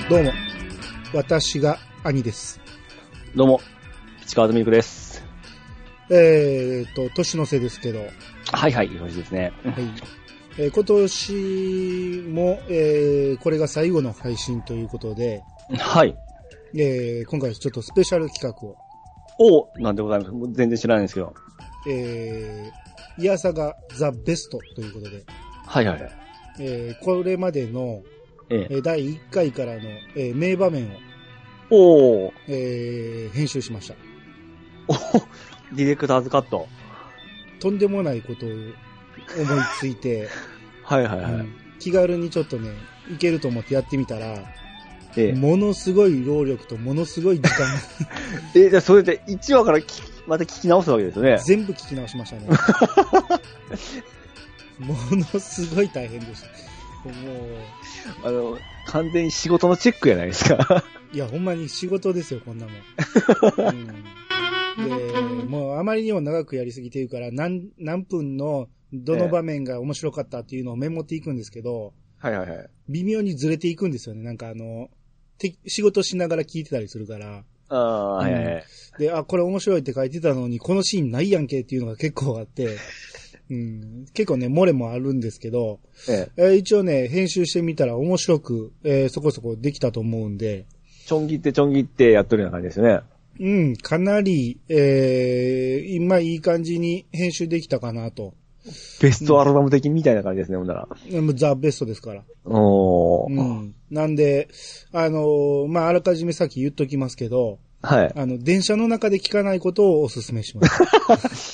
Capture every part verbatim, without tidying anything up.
どうも、私が兄です。 どうも、市川とミルクです。 えーと、年の瀬ですけど。 はいはい、よろしいですね。 はい。えー、今年も、えー、これが最後の配信ということで。 はい。 えー、今回ちょっとスペシャル企画を。 おー、なんでございます。全然知らないんですけど。 えー、イヤサガザベストということで。 はいはいはい。 えー、これまでの、 ええ、 だいいっかいからの、えー、名場面を、おー、 えー、編集しました。 おディレクターズカット。 とんでもないことを思いついて、 はいはいはい、うん。 気軽にちょっとね、いけると思ってやってみたら、 ええ、 ものすごい労力とものすごい時間え、じゃあそれでいちわから聞また聞き直すわけですよね。 全部聞き直しましたね。ものすごい大変でした。もう、あの、完全に仕事のチェックやないですか。 いや、ほんまに仕事ですよ、こんなもん。うん、で、もうあまりにも長くやりすぎてるから、何、何分のどの場面が面白かったっていうのをメモっていくんですけど、 はいはいはい。 微妙にずれていくんですよね。なんかあの、仕事しながら聞いてたりするから。 ああ、はいはいはい。 で、あ、これ面白いって書いてたのに、このシーンないやんけっていうのが結構あって、うん、結構ね、漏れもあるんですけど、えええー、一応ね、編集してみたら面白く、えー、そこそこできたと思うんで。 ちょん切ってちょん切ってやっとるような感じですね。 うん、かなり、えー、今いい感じに編集できたかなと。 ベストアルバム的みたいな感じですね、ほんなら。 ザ・ベストですから。 おー。 うん。なんで、あのー、まあ、あらかじめさっき言っときますけど、 はい。 あの、電車の中で聞かないことをお勧めします。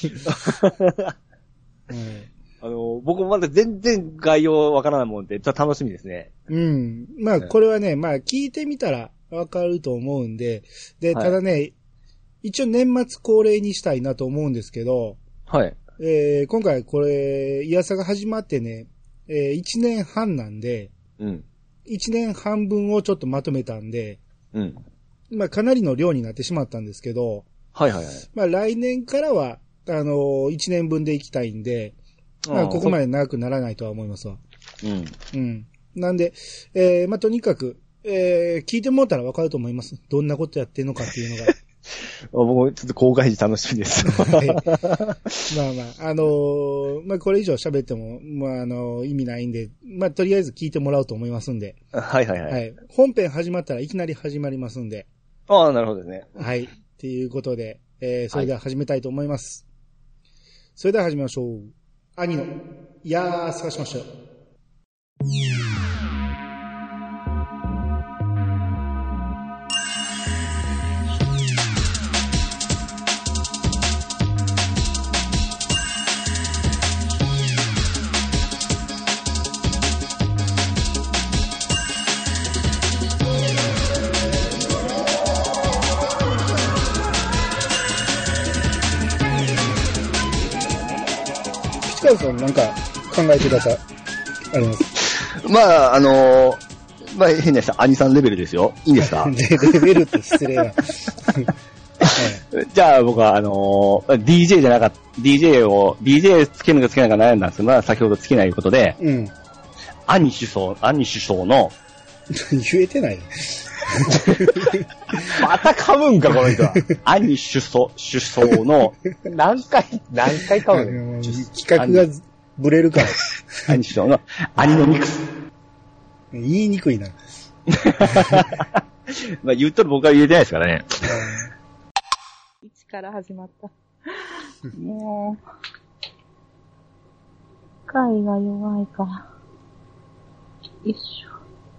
うん、あの、僕もまだ全然概要わからないもんで、ちょっと楽しみですね。 うん。まあ、これはね、まあ、聞いてみたらわかると思うんで、で、ただね、はい、一応年末恒例にしたいなと思うんですけど、 はい。 えー、今回これ、イヤサが始まってね、えー、いちねんはんなんで、 うん。 いちねんはんぶんをちょっとまとめたんで、 うん。 まあ、かなりの量になってしまったんですけど、 はいはいはい。 まあ、来年からは、あのー、いちねんぶんで行きたいんで、まあ、ここまで長くならないとは思いますわ。 うん。 うん。なんで、えー、まあ、とにかく、えー、聞いてもらったらわかると思います。どんなことやってんのかっていうのが。 僕、ちょっと公開時楽しみです。はい、 まあまあ、あのー、まあ、これ以上喋っても、まあ、あのー、意味ないんで、まあ、とりあえず聞いてもらおうと思いますんで。 はいはいはい。はい。 本編始まったらいきなり始まりますんで。 ああ、なるほどですね。 はい。っていうことで、えー、それでは始めたいと思います。はい、それでは始めましょう。兄の、いやー、探しましたよ。さんなんか考えてください。あります。 まあ、あのー、まあ、変な人、兄さんレベルですよ。いいんですか？ レベルって失礼な。 じゃあ僕は、あのー、ディージェー じゃなかった、ディージェー を、ディージェー つけるかつけないか悩んだんですけど、まあ先ほどつけないことで、うん。兄首相、兄首相の、 言えてないまた噛むんか、この人は。兄首相、首相の、何回、何回噛むの？ 企画がブレるから。 兄首相の、アニノミクス。 言いにくいな。 まあ言っとる僕は言えてないですからね。 一から始まった。もう、回が弱いか。よいしょ。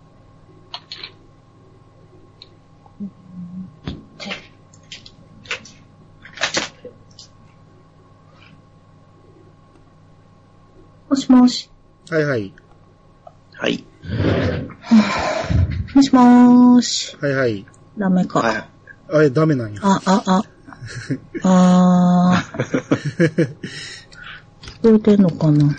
もしもし。 はいはい。 はい。 もしもーし。 はいはい。 ダメか。はい。 あれ、ダメなんや。 あ、あ、あ。あー。聞こえてんのかな？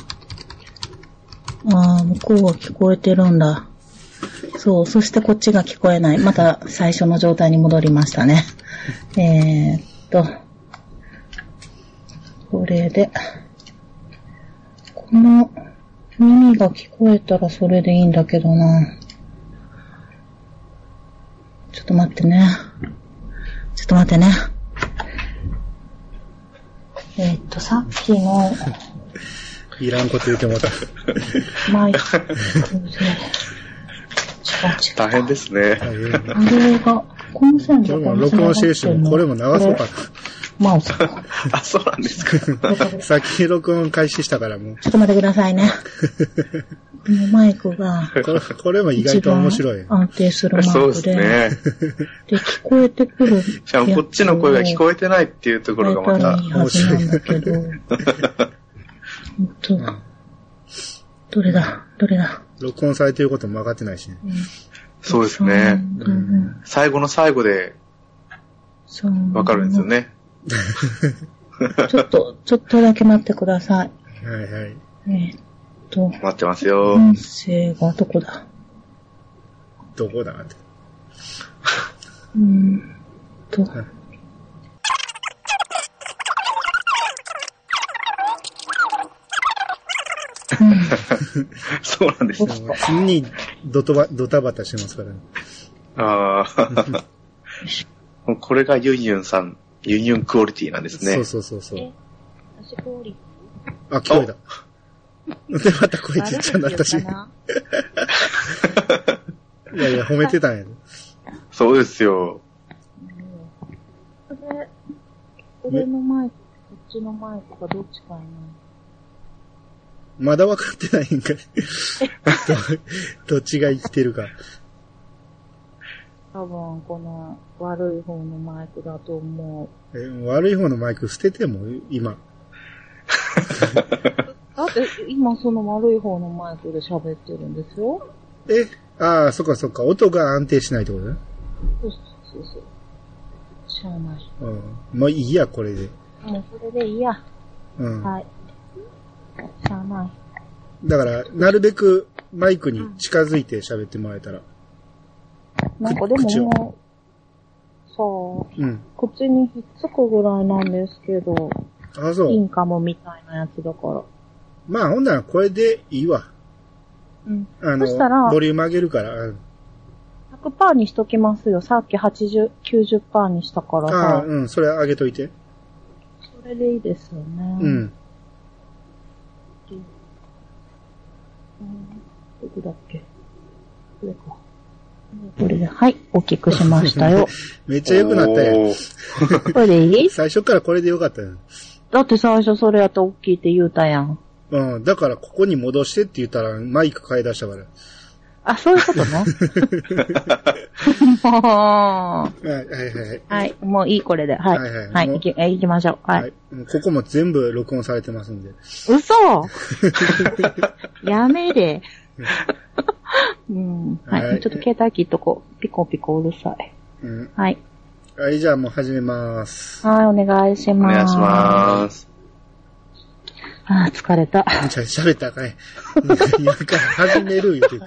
あー、向こうは聞こえてるんだ。そう、そしてこっちが聞こえない。また最初の状態に戻りましたね。えーっと、これで、この耳が聞こえたらそれでいいんだけどな。 ちょっと待ってね。ちょっと待ってね。えー、っと、さっきの。 いらんこと言ってもらった。 マイクで。違う違う。 大変ですね。 あれが、コンセントが録音してるし、これも流そうかな。 マウス。 あ、そうなんですか。 さっき録音開始したからもう。 ちょっと待ってくださいね。このマイクが。 これ、これも意外と面白い。 安定するマイクで。 そうですね。 で、聞こえてくる。 しかもこっちの声が聞こえてないっていうところがまた。 面白いんだけど。本当。どれだどれだ録音されてることも分かってないしね。 うん、そうですね、うん。最後の最後で分かるんですよね。 ちょっと、ちょっとだけ待ってください。 はいはい。 えー、っと。 待ってますよ。 音声がどこだどこだって。 うーんと。 うん、そうなんですね。 常にドタバ、ドタバタしてますからね。 ああ。これがユンユンさん、ユンユンクオリティなんですね。 そうそうそうそう。 え、私クオリティ？あ、聞こえた。で、また声ちっちゃなったし。いやいや、褒めてたんや。 そうですよ。 これ、これのマイク、こっちのマイクがどっちかいな。 まだ分かってないんかい。ど, どっちが生きてるか。 多分、この悪い方のマイクだと思う。え、悪い方のマイク捨てても、今。 だって、今その悪い方のマイクで喋ってるんですよ。 え、ああ、そっかそっか。音が安定しないってことね。 そうそうそう。しゃあない。 うん。もういいや、これで。 もうそれでいいや。 うん。 はい。しゃあない。 だから、なるべくマイクに近づいて喋ってもらえたら。 うん、なんかでももう、さあ、うん、口にひっつくぐらいなんですけど、 あ、そう。 インカムみたいなやつだから。 まあ、ほんならこれでいいわ。 うん。 あの、そしたら、ボリューム上げるから。うん、 ひゃくパーセント にしときますよ。さっきはちじゅう、きゅうじゅっパーセント にしたからさ。 ああ、うん、それ上げといて。 それでいいですよね。 うん。 どこだっけこれか。これで、はい、大きくしましたよ。 めっちゃ良くなったよ。 これでいい？ 最初からこれでよかったよ。 だって最初それやったら大きいって言うたやん。 うん、だからここに戻してって言ったらマイク買い出したから。 あ、そういうことね。もう。はいはいはい。 はい、もういいこれで。はい。はいはい。はい、行き、行きましょう。はい。はい、 ここも全部録音されてますんで。 嘘やめれ。うん。はい、はい。ちょっと携帯切っとこう。ピコピコうるさい。うん。はい。 はい、じゃあもう始めます。 はい、お願いします。 お願いします。 ああ、疲れた。 じゃあ喋ったかい。今から始める言うて。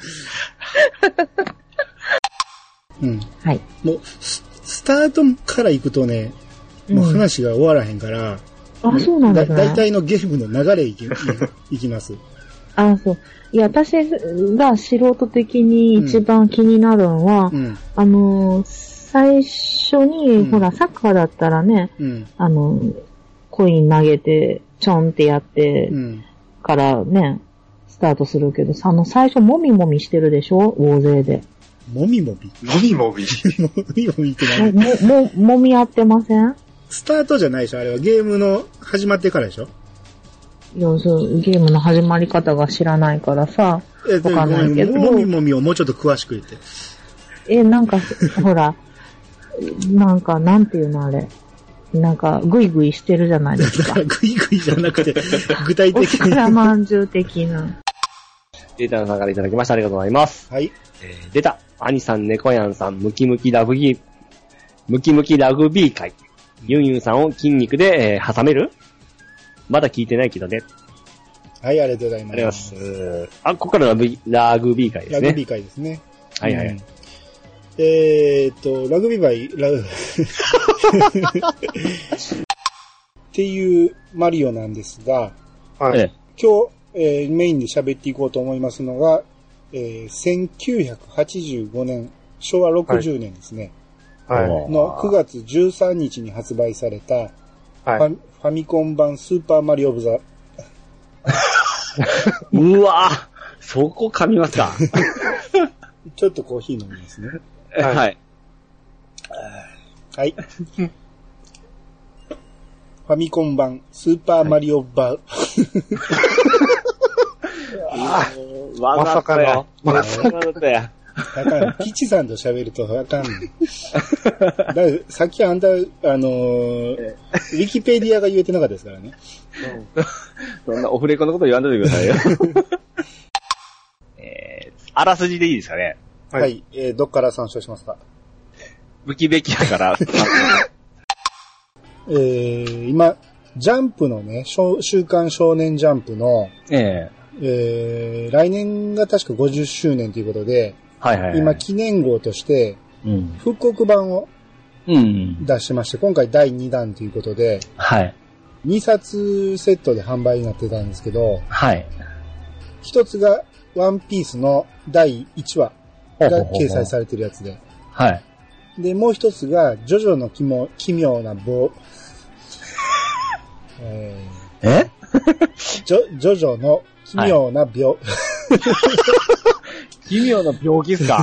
うん。 はい。 もう、スタートから行くとね、もう話が終わらへんから。 うん、あ、そうなんだ、ね。 だいたいのゲームの流れいき、いきます。 あ、そう。いや、私が素人的に一番気になるのは、うん、あの、最初に、うん、ほら、サッカーだったらね、うん、あの、コイン投げて、ちょんってやって、うん、からね、スタートするけど、あの、最初もみもみしてるでしょ大勢で。 もみもみもみもみもみもみって何も、 も、もみ合ってません？ スタートじゃないでしょあれはゲームの始まってからでしょいや、そう、ゲームの始まり方が知らないからさ、わかんないけど。 もみもみをもうちょっと詳しく言って。 え、なんか、ほら、なんか、なんていうのあれ。なんか、ぐいぐいしてるじゃないですか。 ぐいぐいじゃなくて、具体的に。 おからまんじゅう的な。 データのさんからいただきました。ありがとうございます。 はい。 えー、出た。アニさん、猫やんさん、ムキムキラグビー、ムキムキラグビー会。ユンユンさんを筋肉で、えー、挟める？まだ聞いてないけどね。 はい、ありがとうございます。 ありがとうございます。あ、ここからラグビー、ラグビー会ですね。 ラグビー会ですね。 はいはい。うん、 えーっと、ラグビー会、ラグっていうマリオなんですが、 はい、 今日、えー、メインで喋っていこうと思いますのが、えー、せんきゅうひゃくはちじゅうごねん、しょうわろくじゅうねんですね。 のくがつじゅうさんにちに発売された、はい、ファ、ファミコン版スーパーマリオブザ。 うわぁ、そこ噛みますか。 ちょっとコーヒー飲みますね。 はい。はい。 はい、ファミコン版スーパーマリオバ。 まさかの。まさかのや。 あかん。ピチさんと喋るとあかん。だからさっきあんた、あのー、ウィキペディアが言えてなかったですからね。 そんなオフレコのこと言わんといてくださいよ。えー、あらすじでいいですかね。 はい。はい、えー、どっから参照しますか。 武器べきだから。 えー、今、ジャンプのね、週刊少年ジャンプの、えーえー、来年が確かごじゅっしゅうねんということで、はいはいはい、今記念号として、復刻版を出してまして、うん、今回だいにだんということで、はい、にさつセットで販売になってたんですけど、はい、ひとつがワンピースのだいいちわが掲載されてるやつで、はい、で、もう一つがジョジョの奇妙、奇妙な棒、えー、えジョジョジョの奇妙な病、はい、 奇妙な病気っすか。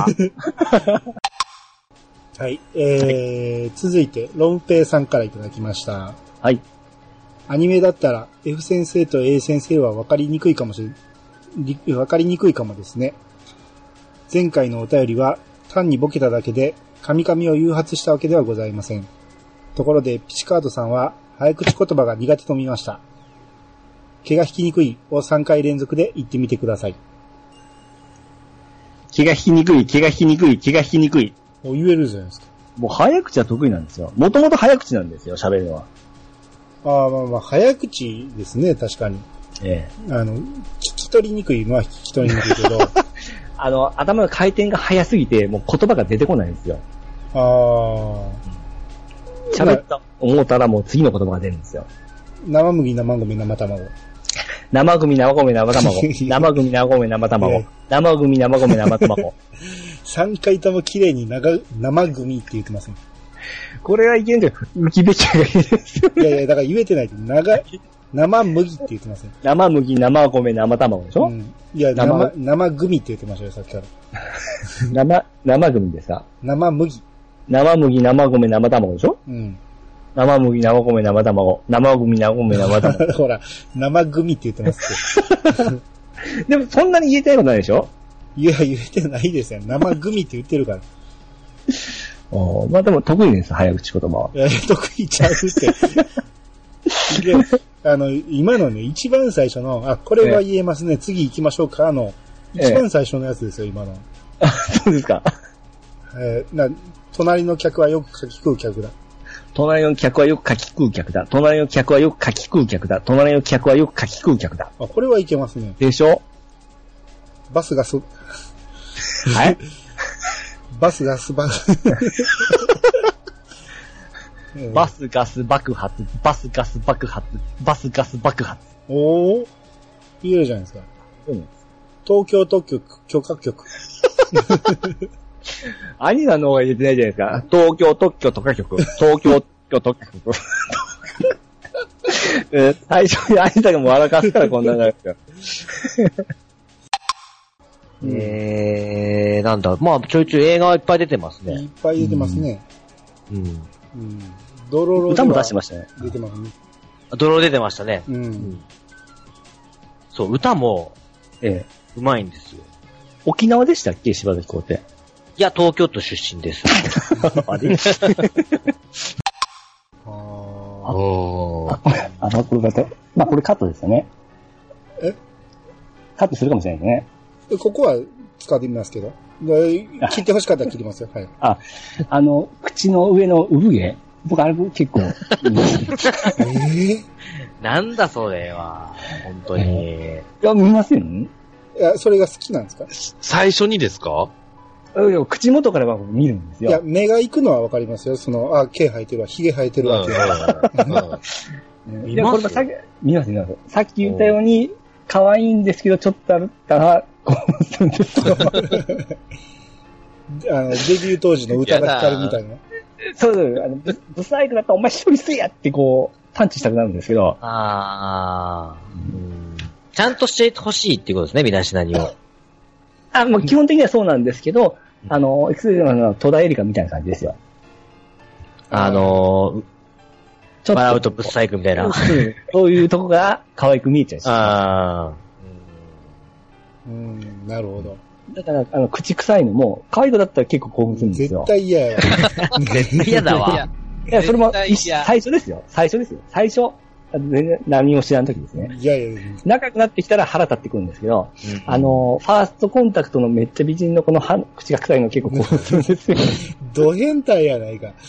はい、えー、続いてロンペイさんからいただきました。はい。アニメだったら F 先生と A 先生は分かりにくいかもしれ分かりにくいかもですね。前回のお便りは単にボケただけで神々を誘発したわけではございません。ところでピチカートさんは早口言葉が苦手と見ました。気が引きにくいをさんかい連続で言ってみてください。 気が引きにくい、気が引きにくい、気が引きにくい。 もう言えるじゃないですか。 もう早口は得意なんですよ。もともと早口なんですよ、喋るのは。 ああ、まあまあ、早口ですね、確かに。ええ。あの、聞き取りにくいのは聞き取りにくいけど。 あの、頭の回転が早すぎて、もう言葉が出てこないんですよ。ああ。喋った思ったらもう次の言葉が出るんですよ。 生麦、生米、生卵。 生組、生米、生卵。生組、生米、生卵。生組、生米、生卵。 さんかいとも綺麗に生、生組って言ってますね。 これはいけんじゃん。ウキベチャがいいですよ。 いやいや、だから言えてない。長、生麦って言ってますね。 生麦、生米、生卵でしょ、うん、 いや、生、生組って言ってましたよ、さっきから。 生、生組でさ。 生麦。 生麦、生米、生卵でしょうん。生麦、生米、生卵。生組、生米、生卵。 ほら、生組って言ってますって。 でも、そんなに言えてないことないでしょいや、言えてないですよ。生組って言ってるから。 おまあでも得意です、早口言葉は。 いや、得意ちゃうって。で、あの、今のね、一番最初の、あ、これは言えますね、ええ、次行きましょうか、あの、一番最初のやつですよ、今の。 あ、そうですか。 えー、な、隣の客はよく書き食う客だ。 隣の客はよく書き食う客だ。隣の客はよく書き食う客だ。隣の客はよく書き食う客だ。 あ、これはいけますね。 でしょ？ バスガス。 はいバスガスバス。 バスガス爆発。バスガス爆発。バスガス爆発。 おー。言えるじゃないですか。うん。東京特許許可局。 アニさんの方が言えてないじゃないですか。東京特許許可局。東京特許特許局。最初にアニさんがもう笑かすからこんなになるんですよ。 えー、なんだ、まあちょいちょい映画はいっぱい出てますね。 いっぱい出てますね。うん。うん。ドロロ歌も出してましたね。 出てますね。 ドロロ出てましたね。うん。うん、そう、歌も、ええ、うまいんですよ。 沖縄でしたっけ、柴崎公って。 いや、東京都出身です。あれああ。あ、これだまあこれカットですよね。えカットするかもしれないですね。 ここは使ってみますけど。切って欲しかったら切りますよ。はい。 あ、あの、口の上の産毛僕あれ結構。えー、なんだそれは。本当に。 えー、いや、見ません？ いや、それが好きなんですか？ 最初にですか？ 口元からは見るんですよ。 いや、目が行くのはわかりますよ。その、あ、毛生えてるわ、髭生えてるわっていう。 いや、これさっき、見ます、見ます。さっき言ったように、可愛いんですけど、ちょっとあるったら、こうするんですよ。 あの、デビュー当時の歌が光るみたいな。 そうそう、あの、ブブサイクだったらお前処理せえやってこう、パンチしたくなるんですけど。 ああ、うん。ちゃんとしてほしいっていうことですね、身だしなみを。 あ、もう基本的にはそうなんですけど、うん、あの、いつもの戸田恵梨香みたいな感じですよ。 あのー、ちょっと。笑うとブサイクみたいな。 そういうとこが可愛く見えちゃうし。 ああ。 うん、なるほど。 だから、あの、口臭いのも、可愛い子だったら結構興奮するんですよ。 絶対嫌や。 絶対嫌だわ。 いや、それも、最初ですよ。最初ですよ。最初。全然何も知らんときですね。 いやいや仲良くなってきたら腹立ってくるんですけど、うん、あの、ファーストコンタクトのめっちゃ美人のこの歯口が臭いの結構興奮するんですよ。 ド変態やないか。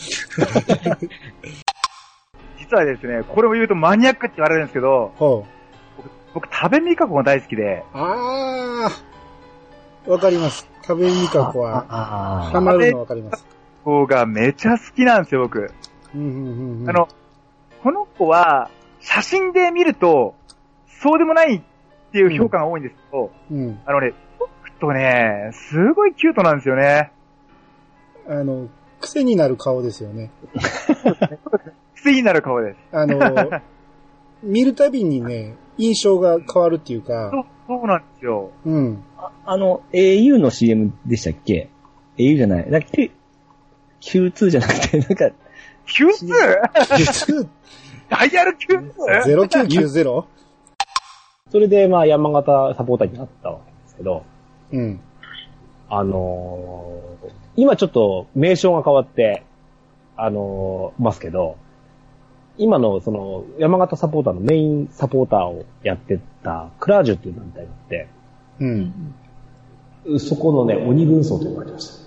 実はですね、これを言うとマニアックって言われるんですけど、僕、僕食べみかこが大好きで。 あー、わかります。食べみかこは、ハマるのわかります。 子がめちゃ好きなんですよ、僕。 うんうんうんうん、 あの、この子は、写真で見ると、そうでもないっていう評価が多いんですけど、うんうん、あのね、僕とね、すごいキュートなんですよね。 あの、癖になる顔ですよね。 癖になる顔です。 あの、見るたびにね、印象が変わるっていうか。 そう、そうなんですよ。 うん。 あ, あの、エーユー の シーエム でしたっけ ?エーユー じゃない。だっけ キューツー じゃなくて、なんか、 キューツー? キューツー? ダイヤル キューツー? ゼロきゅうきゅうゼロ? それで、まあ、山形サポーターになったわけですけど、 うん。 あのー、今ちょっと名称が変わって、あのー、ますけど、今のその山形サポーターのメインサポーターをやってたクラージュっていう団体があって、 うん。 そこのね、鬼軍曹と呼ばれてました。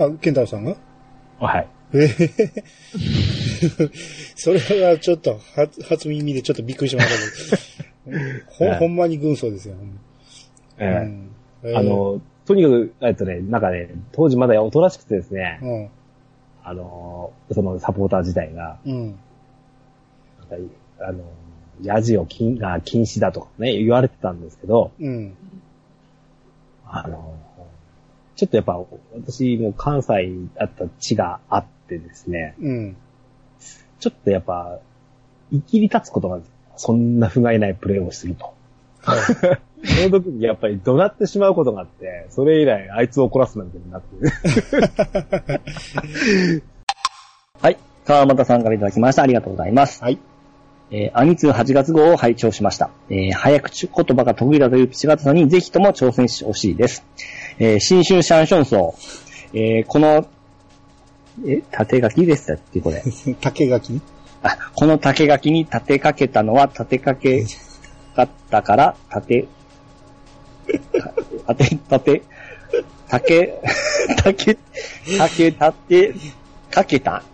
あ、ケンタロウさんが？ はい。 えへへそれはちょっと初、初耳でちょっとびっくりしましたけど、ほ、えー、ほんまに軍曹ですよ。 えーうんえー、あの、とにかく、えっとね、なんかね、当時まだおとなしくてですね、うん、あの、そのサポーター自体が、うん、なんかあの、ヤジを禁が禁止だとかね、言われてたんですけど、うん、あの、ちょっとやっぱ、私も関西だった地があってですね、うん、ちょっとやっぱ、生きり立つことが、そんな不甲斐ないプレーをすると。はい、その時にやっぱり怒鳴ってしまうことがあって、それ以来あいつを怒らすなんてなって。はい。川又さんからいただきました。ありがとうございます。 はい。 えー、アニツーはちがつ号を拝聴しました。えー、早口言葉が得意だというピチガタさんにぜひとも挑戦してほしいです。えー、新春シャンションソー。えー、この、え、縦書きでしたっけこれ。 縦書きあ、この縦書きに立てかけたのは立てかけかったから、立て、立て、立て、竹、竹、竹、立て、かけた。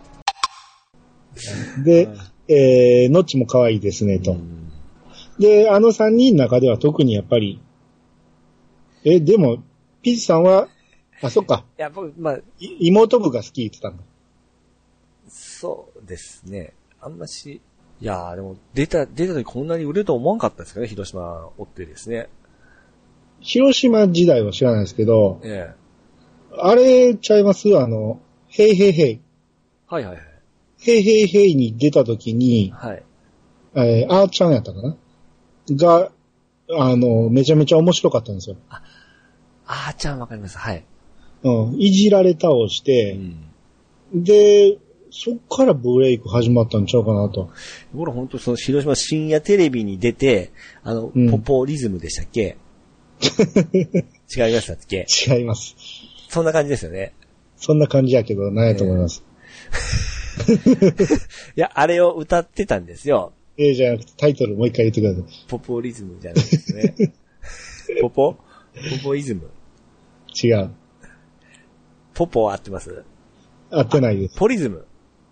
で、えー、ノッチも可愛いですね、と。で、あの三人の中では特にやっぱり、え、でも、ピーチさんは、あ、そっか。 いや、僕、まあ、 妹部が好き言ってたんだ。 そうですね。あんまし、いやーでも、出た、出た時こんなに売れると思わんかったですかね、広島追ってですね。 広島時代は知らないですけど、 ええ。 あれちゃいますあの、ヘイヘイヘイ。 はいはいはい。 ヘイヘイヘイに出た時に、 はい。 えー、あーちゃんやったかなが、あの、めちゃめちゃ面白かったんですよ。 あ、あーちゃんわかります。はい。 うん。いじられ倒して、うん、で、そっからブレイク始まったんちゃうかなと。 僕ら本当その広島深夜テレビに出て、あの、うん、ポポリズムでしたっけ違いましたっけ違います。 そんな感じですよね。 そんな感じやけど、なんやと思います。 えー、いや、あれを歌ってたんですよ。 えー、じゃなくてタイトルもう一回言ってください。 ポポリズムじゃないですね。ポポポポイズム違う。 ポポ合ってます合ってないです。 ポリズム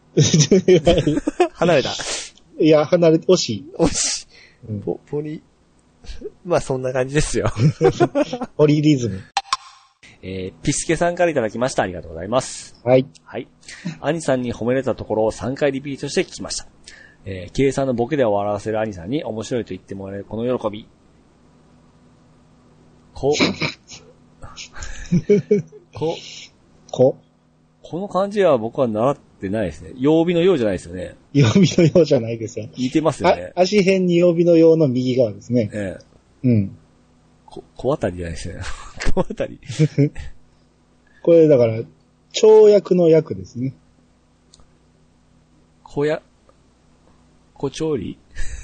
離れた。 いや、離れて、惜しい。 惜しい。うん、ポ、ポリ、まあそんな感じですよ。 ポリリズム。 えー、ピスケさんからいただきました。ありがとうございます。 はい。 はい。兄さんに褒められたところをさんかいリピートして聞きました。えー、計算のボケで笑わせる兄さんに面白いと言ってもらえるこの喜び。こ、こ、 こ、 この漢字は僕は習ってないですね。曜日のようじゃないですよね。 曜日のようじゃないですよ。 似てますよね。 足辺に曜日のようの右側ですね。 ええ。うん。 こ、小当たりじゃないですね。小当たり。 これだから、跳躍の役ですね。 小や、小調理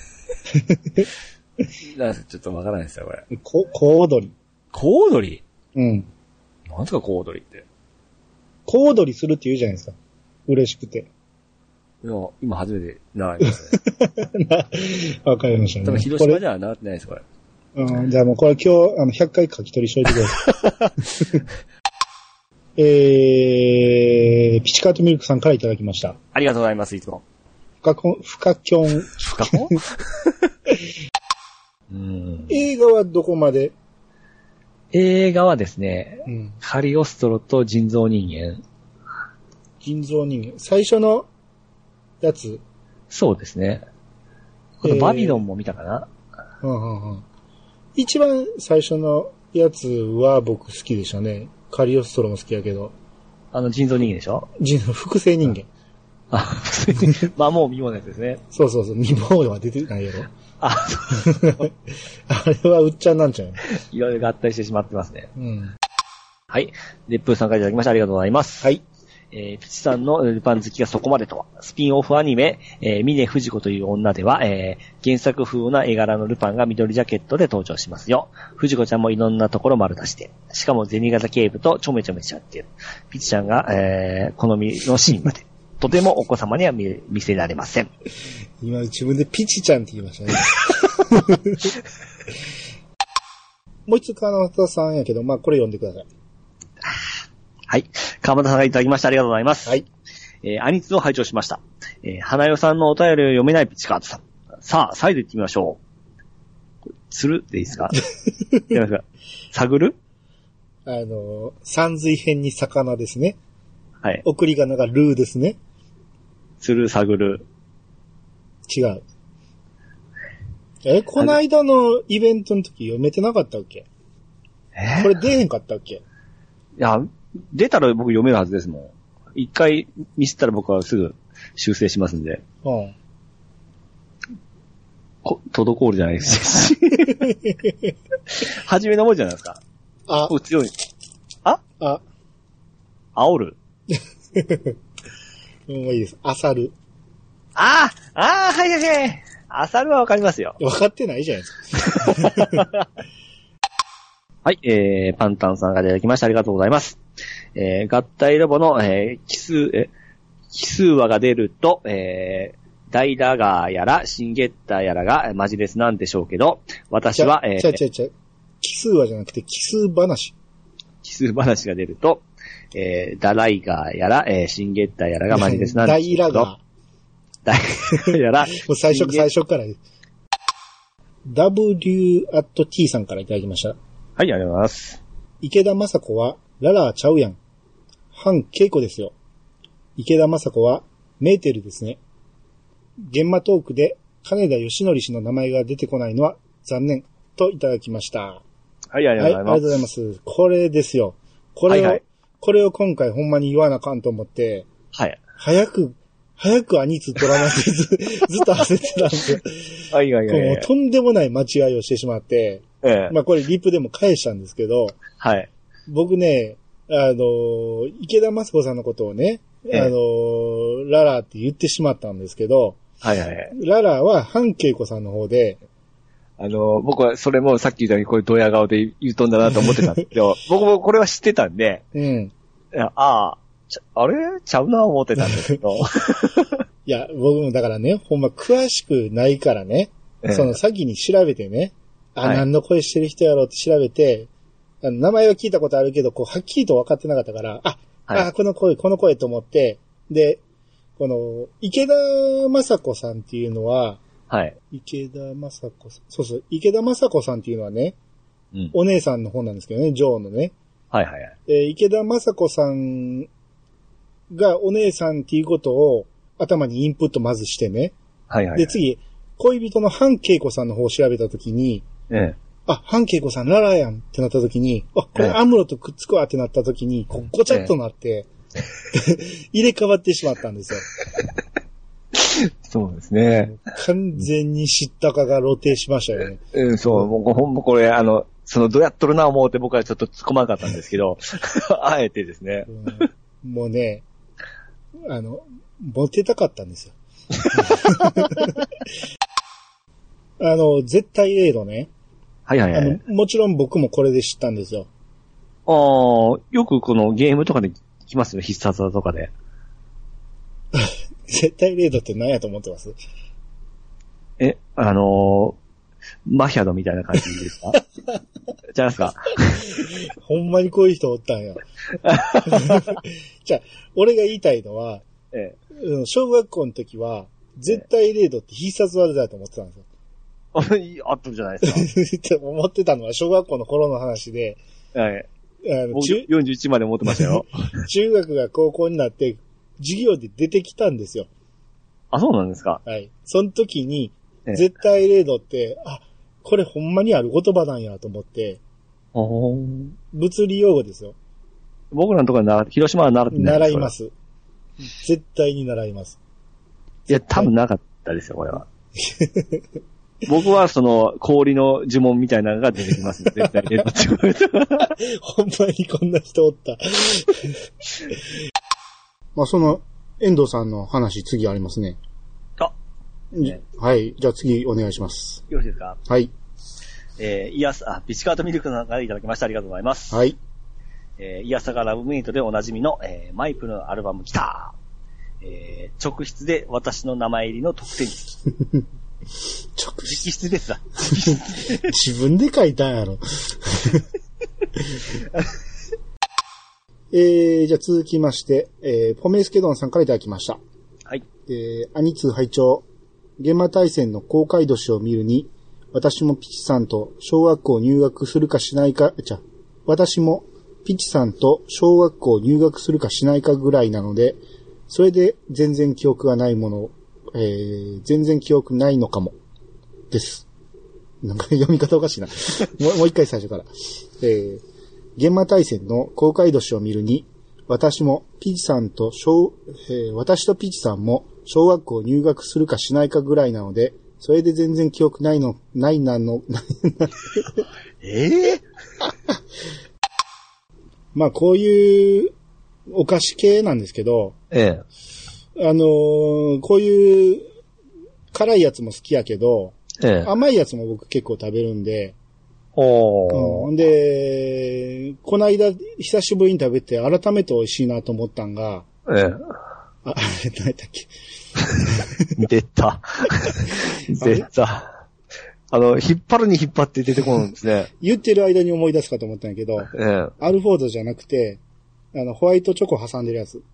なんちょっとわからないですよ、これ。 こ、小踊り。 小踊りうん。 なんですか、小踊りって。 小踊りするって言うじゃないですか。嬉しくて。 いや、今初めて習いますね。 わかりましたね。 多分広島じゃ習ってないです、これ。 うん、じゃあもうこれ今日、あの、ひゃっかい書き取りしといてください。えー、ピチカートミルクさんからいただきました。 ありがとうございます、いつも。 ふかこん、ふかきょん。 ふかこんうん、 映画はどこまで？ 映画はですね、 うん、 カリオストロと人造人間。 人造人間。最初のやつ。 そうですね。このバビロンも見たかな、 えーうんうんうん、一番最初のやつは僕好きでしたね。カリオストロも好きやけど。 あの人造人間でしょ？ 人造、複製人間。 あ、複製人間。まあもう見物のやつですね。 そうそうそう。未亡は出てないやろ。 あ、 あれはうっちゃんなんちゃう？ いろいろ合体してしまってますね。 うん。 はい。で、プーさんからいただきました。ありがとうございます。 はい。 えー、ピチさんのルパン好きがそこまでとは、スピンオフアニメ、えー、峰不二子という女では、えー、原作風な絵柄のルパンが緑ジャケットで登場しますよ。不二子ちゃんもいろんなところ丸出して、しかも銭形警部とちょめちょめしちゃっている。ピチちゃんが、えー、好みのシーンまで。とてもお子様には 見, 見せられません。 今自分でピチちゃんって言いましたね。もう一つ川田さんやけど、まあこれ読んでください。 はい。川田さんがいただきました。ありがとうございます。 はい。 えー、アニツを拝聴しました。えー、花代さんのお便りを読めないピチカートさん。さあ、再度行ってみましょう。するでいいですか？いますか？探る？ あの、山水編に魚ですね。 はい。 送り仮名がルーですね。 する、探る。 違う。え、この間のイベントの時読めてなかったっけ？えー、これ出へんかったっけ？ いや、出たら僕読めるはずですもん。一回ミスったら僕はすぐ修正しますんで。うん。こ、滞るじゃないですし。初めの文字じゃないですか。 あ。 強い。ああ。 煽る。 もういいです。あさる。 ああああ、はいはいはい。あさるはわかりますよ。 わかってないじゃないですか。 はい、えー、パンタンさんがいただきました。ありがとうございます。えー、合体ロボの、えー、奇数、え、奇数話が出ると、えー、ダイダガーやら、シンゲッターやらがマジレスなんでしょうけど、私は、えー、 ちゃちゃちゃ、奇数話じゃなくて奇数話。 奇数話が出ると、えー、ダライガーやら、えー、シンゲッターやらがマジレスなんでしょうけど、ダイラガー。ダイラガーやら、 もう最初、最初から。ダブリュー アット T さんからいただきました。 はい、ありがとうございます。 池田雅子は、ララーちゃうやん。反稽古ですよ。池田雅子は、メーテルですね。現場トークで、金田義則氏の名前が出てこないのは残念といただきました。 はい、ありがとうございます。はい、ありがとうございます。 これですよ。これを、はいはい、これを今回ほんまに言わなあかんと思って、 はい。 早く、早くアニツ取らないでず、ずっと焦ってたんですよ。 はいはいはい、はい。 もうとんでもない間違いをしてしまって、ええ、まあこれリップでも返したんですけど、 はい。 僕ね、あの、池田雅子さんのことをね、ええ、あの、ララって言ってしまったんですけど、 はいはいはい。 ララは半恵子さんの方で、 あの、僕はそれもさっき言ったようにこういうドヤ顔で言うとんだなと思ってたんですけど、僕もこれは知ってたんで、うん。いや、ああ、あれちゃうな思ってたんですけど。 いや、僕もだからね、ほんま詳しくないからね、ええ、その先に調べてね、あ、はい、何の声してる人やろうって調べて、あの名前は聞いたことあるけど、こう、はっきりと分かってなかったから、あ、はい、あ、この声、この声と思って、で、この、池田雅子さんっていうのは、 はい。 池田雅子さん。そうそう、池田雅子さんっていうのはね、うん、お姉さんの方なんですけどね、ジョーのね。 はいはいはい。 えー、池田雅子さんがお姉さんっていうことを頭にインプットまずしてね。 はいはい、はい。 で、次、恋人の半恵子さんの方を調べたときに、 ええ。 あ、半恵子さんララやんってなったときに、あ、これアムロとくっつくわってなったときに、ごちゃっとなって、 入れ替わってしまったんですよ。 そうですね。 完全に知ったかが露呈しましたよね。 うん、そう、もうほんまこれ、あの、そのどうやっとるな思うて僕はちょっと突っ込まなかったんですけど、あえてですね、 うん。もうね、あの、モテたかったんですよ。あの、絶対零度ね。 はいはいはい。 あのもちろん僕もこれで知ったんですよ。 ああ、よくこのゲームとかで来ますよ、必殺技とかで。 絶対零度って何やと思ってます？ え、あのー、マヒャドみたいな感じですか？じゃないですか。 ほんまにこういう人おったんや。じゃあ、俺が言いたいのは、ええ、小学校の時は、絶対零度って必殺技だと思ってたんですよ。 あったんじゃないですか。 って思ってたのは小学校の頃の話で、はい。 あの中よんじゅういちまで思ってましたよ。 中学が高校になって、授業で出てきたんですよ。 あ、そうなんですか。 はい。その時に、絶対零度って、あ、これほんまにある言葉なんやと思って、物理用語ですよ。 僕らのところは広島は習ってない。 習います。絶対に習います。 いや、多分なかったですよ、これは。僕はその氷の呪文みたいなのが出てきます、ね。絶対零度って言われた。 ほんまにこんな人おった。まあ、その、遠藤さんの話、次ありますね。 あ、 ね、はい。じゃあ次、お願いします。 よろしいですか？ はい。 えー、イヤス、あ、ビチカートミルクの中でいただきました。ありがとうございます。 はい。 えー、イヤサがラブメイトでおなじみの、えー、マイプのアルバム来たー。えー、直筆で私の名前入りの特典付き。直筆ですわ。 自分で書いたんやろ。えー、じゃあ続きまして、えー、ポメイスケドンさんからいただきました。 はい。 えー、アニツー拝聴現場大戦の公開年を見るに、私もピチさんと小学校入学するかしないか、じゃ、私もピチさんと小学校入学するかしないかぐらいなので、それで全然記憶がないもの、えー、全然記憶ないのかも、です。なんか読み方おかしいな。もう、もう一回最初から。えー、現場大戦の公開年を見るに、私もピチさんと小、えー、私とピチさんも小学校入学するかしないかぐらいなので、それで全然記憶ないの、ないなの、 ええー、 まあこういうお菓子系なんですけど、 ええ、あのー、こういう辛いやつも好きやけど、ええ、甘いやつも僕結構食べるんで、 おー、 うん、で、この間久しぶりに食べて改めて美味しいなと思ったんが、 ええ、 あ、何やったっけ出た。出た。あの、引っ張るに引っ張って出てこるんですね。 言ってる間に思い出すかと思ったんやけど、ええ、アルフォードじゃなくて、あの、ホワイトチョコ挟んでるやつ。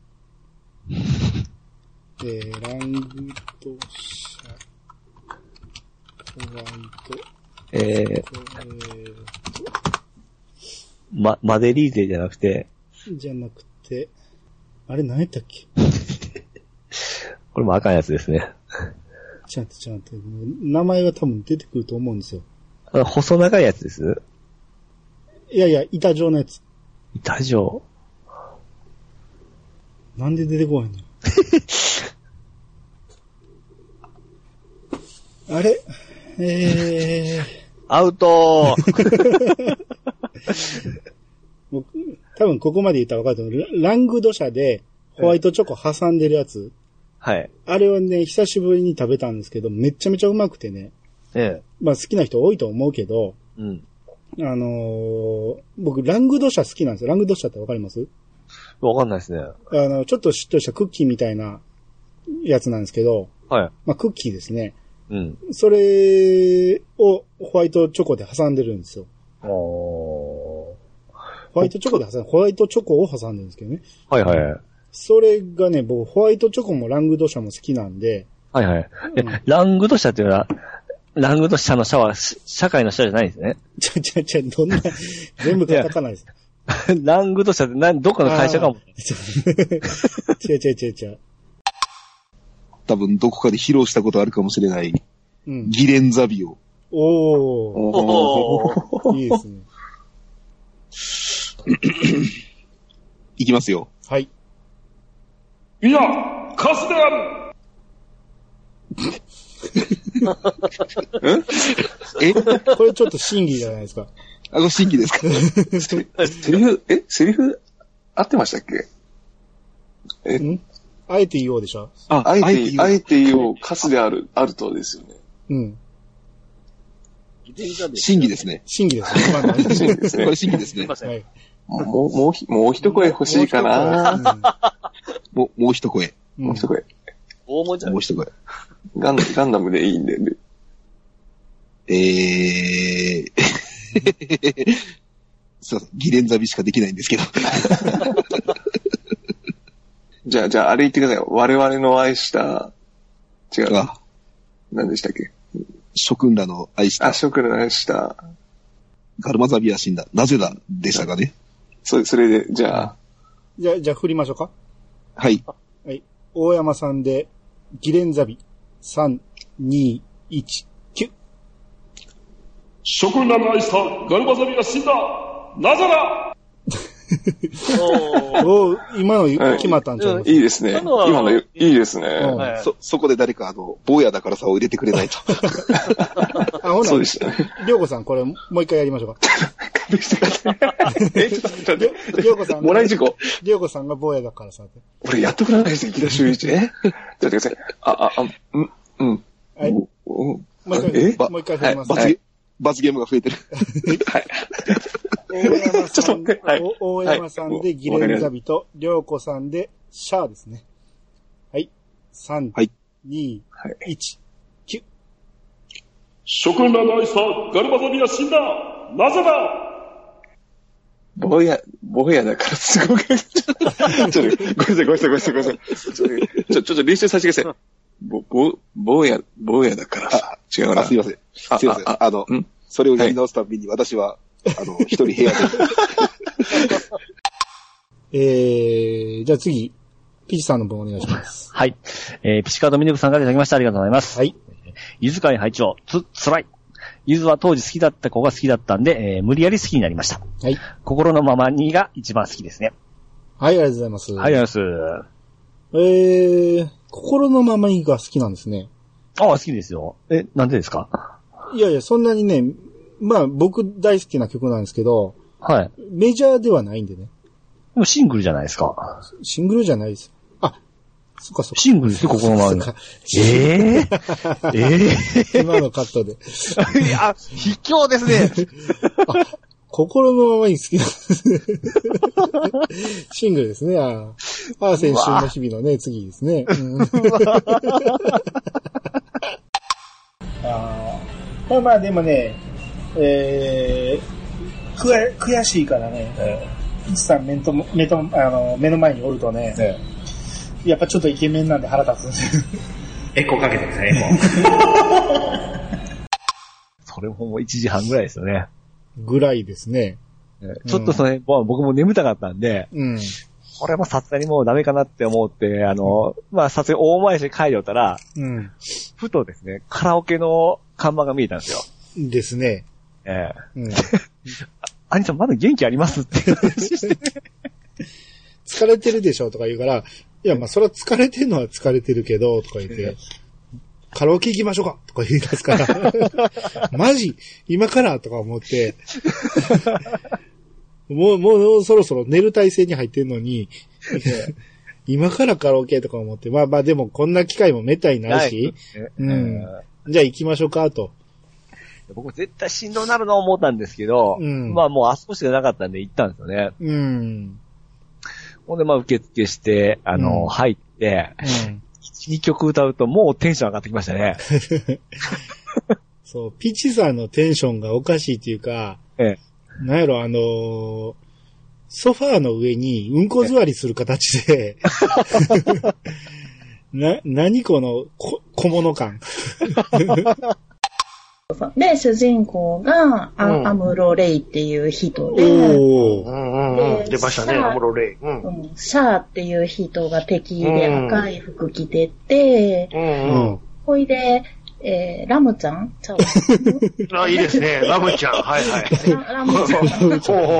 えー、ラングドシャ、ホワイト、 えー、えー、ま、マデリーゼじゃなくて、 じゃなくて、あれ何やったっけこれも赤いやつですね。 ちょっとちょっと、名前は多分出てくると思うんですよ。 あの細長いやつです？ いやいや、板状のやつ。 板状？ なんで出てこないのあれえー。 アウトー僕、多分ここまで言ったら分かると思う。ラングド社でホワイトチョコ挟んでるやつ。 はい。 あれをね、久しぶりに食べたんですけど、めちゃめちゃうまくてね。 ええ。 まあ好きな人多いと思うけど、 うん。 あのー、僕、ラングド社好きなんですよ。ラングド社って分かります？ わかんないですね。 あの、ちょっとしっとりしたクッキーみたいなやつなんですけど、 はい。 まあクッキーですね。 うん。 それをホワイトチョコで挟んでるんですよ。 あー。ホワイトチョコで挟んで、ホワイトチョコを挟んでるんですけどね。 はいはい。 それがね、僕、ホワイトチョコもラングド社も好きなんで。 はいはい。うん、え、ラングド社っていうのは、ラングド社の社は、社会の社じゃないんですね。 ちゃちゃちゃ、どんな、全部カタカナです。 ラングド社って何、どっかの会社かも。 違う違う違う違う。 多分どこかで披露したことあるかもしれない。うん、ギレンザビオ。 おー。いいですね。 いきますよ。 はい。 いや、カスであるえこれちょっと審議じゃないですか。 あの審議ですかセリフ、えセリフ、合ってましたっけえんあえて言おうでしょあ、あえて、あえて言おう、カスである、あるとですよね。 うん。 審議ですね。 審議ですね。 審議ですね。これ審議ですね。はい。 もう、もう、もう一声欲しいかな。 もう、もう一声。 もう一声。 大文字もう一声。 ガン、ガンダムでいいんで。 えー、そうそう、ギレンザビしかできないんですけど。 じゃあ、じゃあ、あれ言ってください。我々の愛した、違う。あ、何でしたっけ？ 諸君らの愛した。 あ、諸君らの愛した。 ガルマザビは死んだ。なぜだでしたかね。 そ、それで、じゃあ。 じゃあ、じゃあ振りましょうか。 はい。 はい。大山さんで、ギレンザビ。さん、に、いち、きゅう。 諸君らの愛したガルマザビが死んだ。なぜだお今の決まったんちゃいます、 いいですね。今のいいですね。 はい、そ、そこで誰かあの、坊やだからさを入れてくれないと。 あ、ほな、 そうでしたね。 りょうこさん、これもう一回やりましょうか。 勘弁してください。え、ちょっと待って。 りょうこさん。 もらい事故。 りょうこさんが坊やだからさ。 俺やっとくらないですよ、池田修一。えちょっと待ってください。あ、あ、あ、うん、うん。 はい。もう一回、もう一回振ります。 罰ゲ罰ゲームが増えてる。 はい。 大山さん、はい、大山さんでギレンザビと、りょうこさんでシャーですね。はい。さん、はい、に、いち、きゅう。 諸君らの愛したガルマザビは死んだ。なぜだ坊や、坊やだからすごく。ちょっと、ごめんなさい、ごめんなさい、ごめんなさい、ごめんなさい。ちょ、ちょ、ちょっと練習させてください。ぼ、ぼ、坊や、坊やだからさ。違うな。 すいません。すいません。あ、あの、それをやり直すたびに私は、あの、一人部屋で。 えー、じゃあ次、ピチさんの分お願いします。 はい。えー、ピチカードミルクさんからいただきました。ありがとうございます。 はい。 ゆず会拝聴つ、つらい。ゆずは当時好きだった子が好きだったんで、えー、無理やり好きになりました。 はい。 心のままにが一番好きですね。 はい、ありがとうございます。 はい、ありがとうございます。 えー、心のままにが好きなんですね。 ああ、好きですよ。え、なんでですか？ いやいや、そんなにね、まあ僕大好きな曲なんですけど、 はい。 メジャーではないんでね。 でもシングルじゃないですか。 シングルじゃないです。あ、そっかそっか。 シングルですよ、心のままに。えぇ、ー、えぇ、ー、今のカットで。 いや、卑怯ですね。 あ、心のままに好きなんですね。シングルですね。ああ、先週の日々のね、次ですね。うん、あまあまあでもね、えー、くや悔しいからね、えー、ピチさん目と目とあの目の前におるとね、えー、やっぱちょっとイケメンなんで腹立つんですよ。 エコーかけてますね、エコー。 それももういちじはんぐらいですよね。 ぐらいですね。 ちょっとそれ、うん、僕も眠たかったんで、 うん、 これもさすがにもうダメかなって思って、あの、うん、まあさすがに大回しで帰りよったら、 うん、 ふとですね、カラオケの看板が見えたんですよ。 ですね。 ええー。うん、あ兄さんまだ元気ありますって話して、ね、 疲れてるでしょとか言うから、いやまあそれは疲れてるのは疲れてるけど、とか言って、カラオケ行きましょうかとか言い出すから、マジ今からとか思って、もう、もうそろそろ寝る体勢に入ってんのに、今からカラオケとか思って、まあまあでもこんな機会もめったにないし、うん、じゃあ行きましょうかと。 僕絶対しんどなるの思ったんですけど、うん、まあもうあそこしかなかったんで行ったんですよね。 うん。 ほんでまあ受付して、あの、うん、入って、うんにきょく歌うともうテンション上がってきましたね。 そう、ピチさんのテンションがおかしいっていうか、 ええ、 なんやろ、あのー、ソファーの上にうんこ座りする形で、な、何このこ小物感。 で、主人公が、うん、アムロレイっていう人で、 おーうんうん、出ましたね、アムロレイ、 うんうん。シャーっていう人が敵で赤い服着てて、 うんうん、 ほいで、えー、ラムちゃんちゃうあ、いいですね、ラムちゃん。はいはい。 ラ, ラムちゃん。 ほうほう。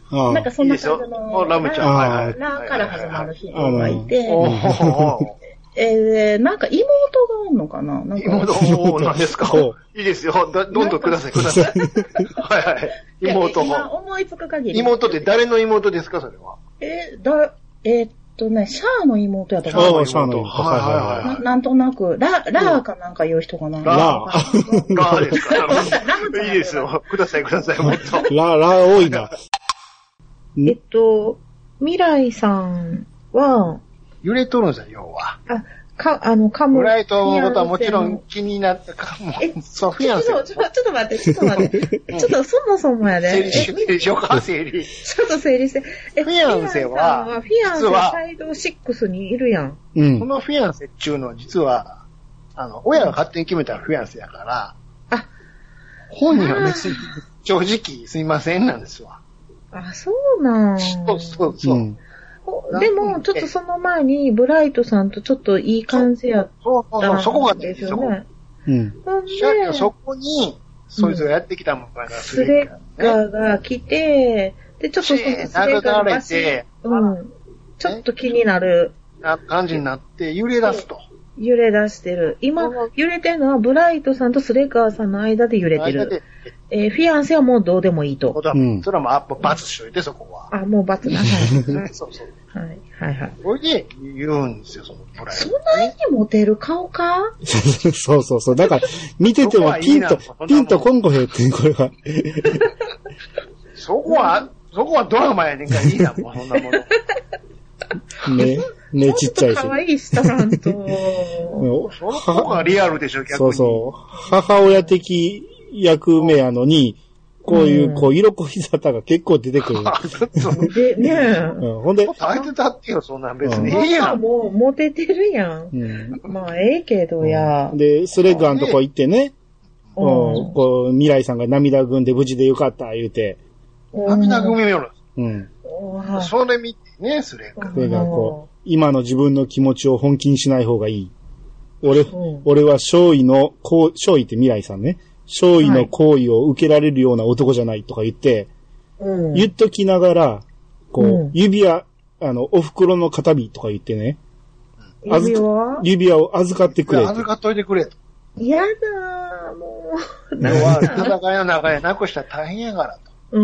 なんかそんな感じの、 ラムちゃん。はいはい。 ラから始まるヒーローがいて、えー、なんか妹がおんのかななんか妹、おなんですかいいですよ。どんどんください、ください。はいはい。妹も。 今思いつく限り。 妹って誰の妹ですか、それは。 えー、だ、えー、っとね、シャアの妹やったかな。 シャアの妹。はいはいはい。 なんとなく、ラ、ラーかなんか言う人かな。 ラー。 ラーですかいいですよ。ください、ください、もっと。 ラー、ラー多いな。 えっと、未来さんは、 揺れとるんですよ、要は。 あ、か、あの、カム。 フライトのことはもちろん気になったかも。え、そう、フィアンセ。 ちょっと、ちょっと待って、ちょっと待って。ちょっと、そもそもやで。 整理し、整理しようか、整理。 ちょっと整理して。 え、フィアンセは、 フィアンセはサイドろくにいるやん。 うん。 このフィアンセっていうのは実は、あの、親が勝手に決めたフィアンセやから、 あ、 本人は別に、正直すいませんなんですわ。 あ、そうなん。 そうそうそう。うんでも、ちょっとその前に、ブライトさんとちょっといい感じやったんそこがですよね。 うん。 で、そこに、そいつがやってきたもんが、 スレッガーが来て、で、ちょっとそのスレッガーが足、うん。ちょっと気になる。 な感じになって、揺れ出すと。 揺れ出してる。今、揺れてるのは、ブライトさんとスレッガーさんの間で揺れてる。えー、フィアンセはもうどうでもいいと。 うん、それはもうアップバツしといて、そこは。 あ、もうバツな。はい。 そうそう。 はい、はい、はい。 これで言うんですよ、そのブライト。 そんなにモテる顔かそうそうそう。だから、見ててもピンと、ピンとコンコヘって、これは。 そこは、そこはドラマやねんからいいな、もう、そんなもの。 ね、ねちっちゃいし。 可愛いしたなんと。 その方がリアルでしょ、逆に。 そうそう。母親的役目やのに、こういう、こう、色恋沙汰が結構出てくる。 で、ねえ。 うん、ほんで。 耐えてたってよ、そんなん別に。ええやん。 もう、モテてるやん。うん、まあ、ええけどや。 で、スレッガーのとこ行ってね、うん、こう、未来さんが涙ぐんで無事でよかった、言うて。 涙ぐみよる。 うん。 それ見てね、スレッガー。 それがこう、今の自分の気持ちを本気にしない方がいい。俺、うん、俺は少尉の、こう、少尉って未来さんね。少尉の行為を受けられるような男じゃないとか言って、はい、言っときながら、こう、うん、指輪、あの、お袋の形見とか言ってね。 指輪指輪を預かってくれ。 預かっといてくれと。 やだー、もう。要は、戦いの中でなくしたら大変やからと。 うん。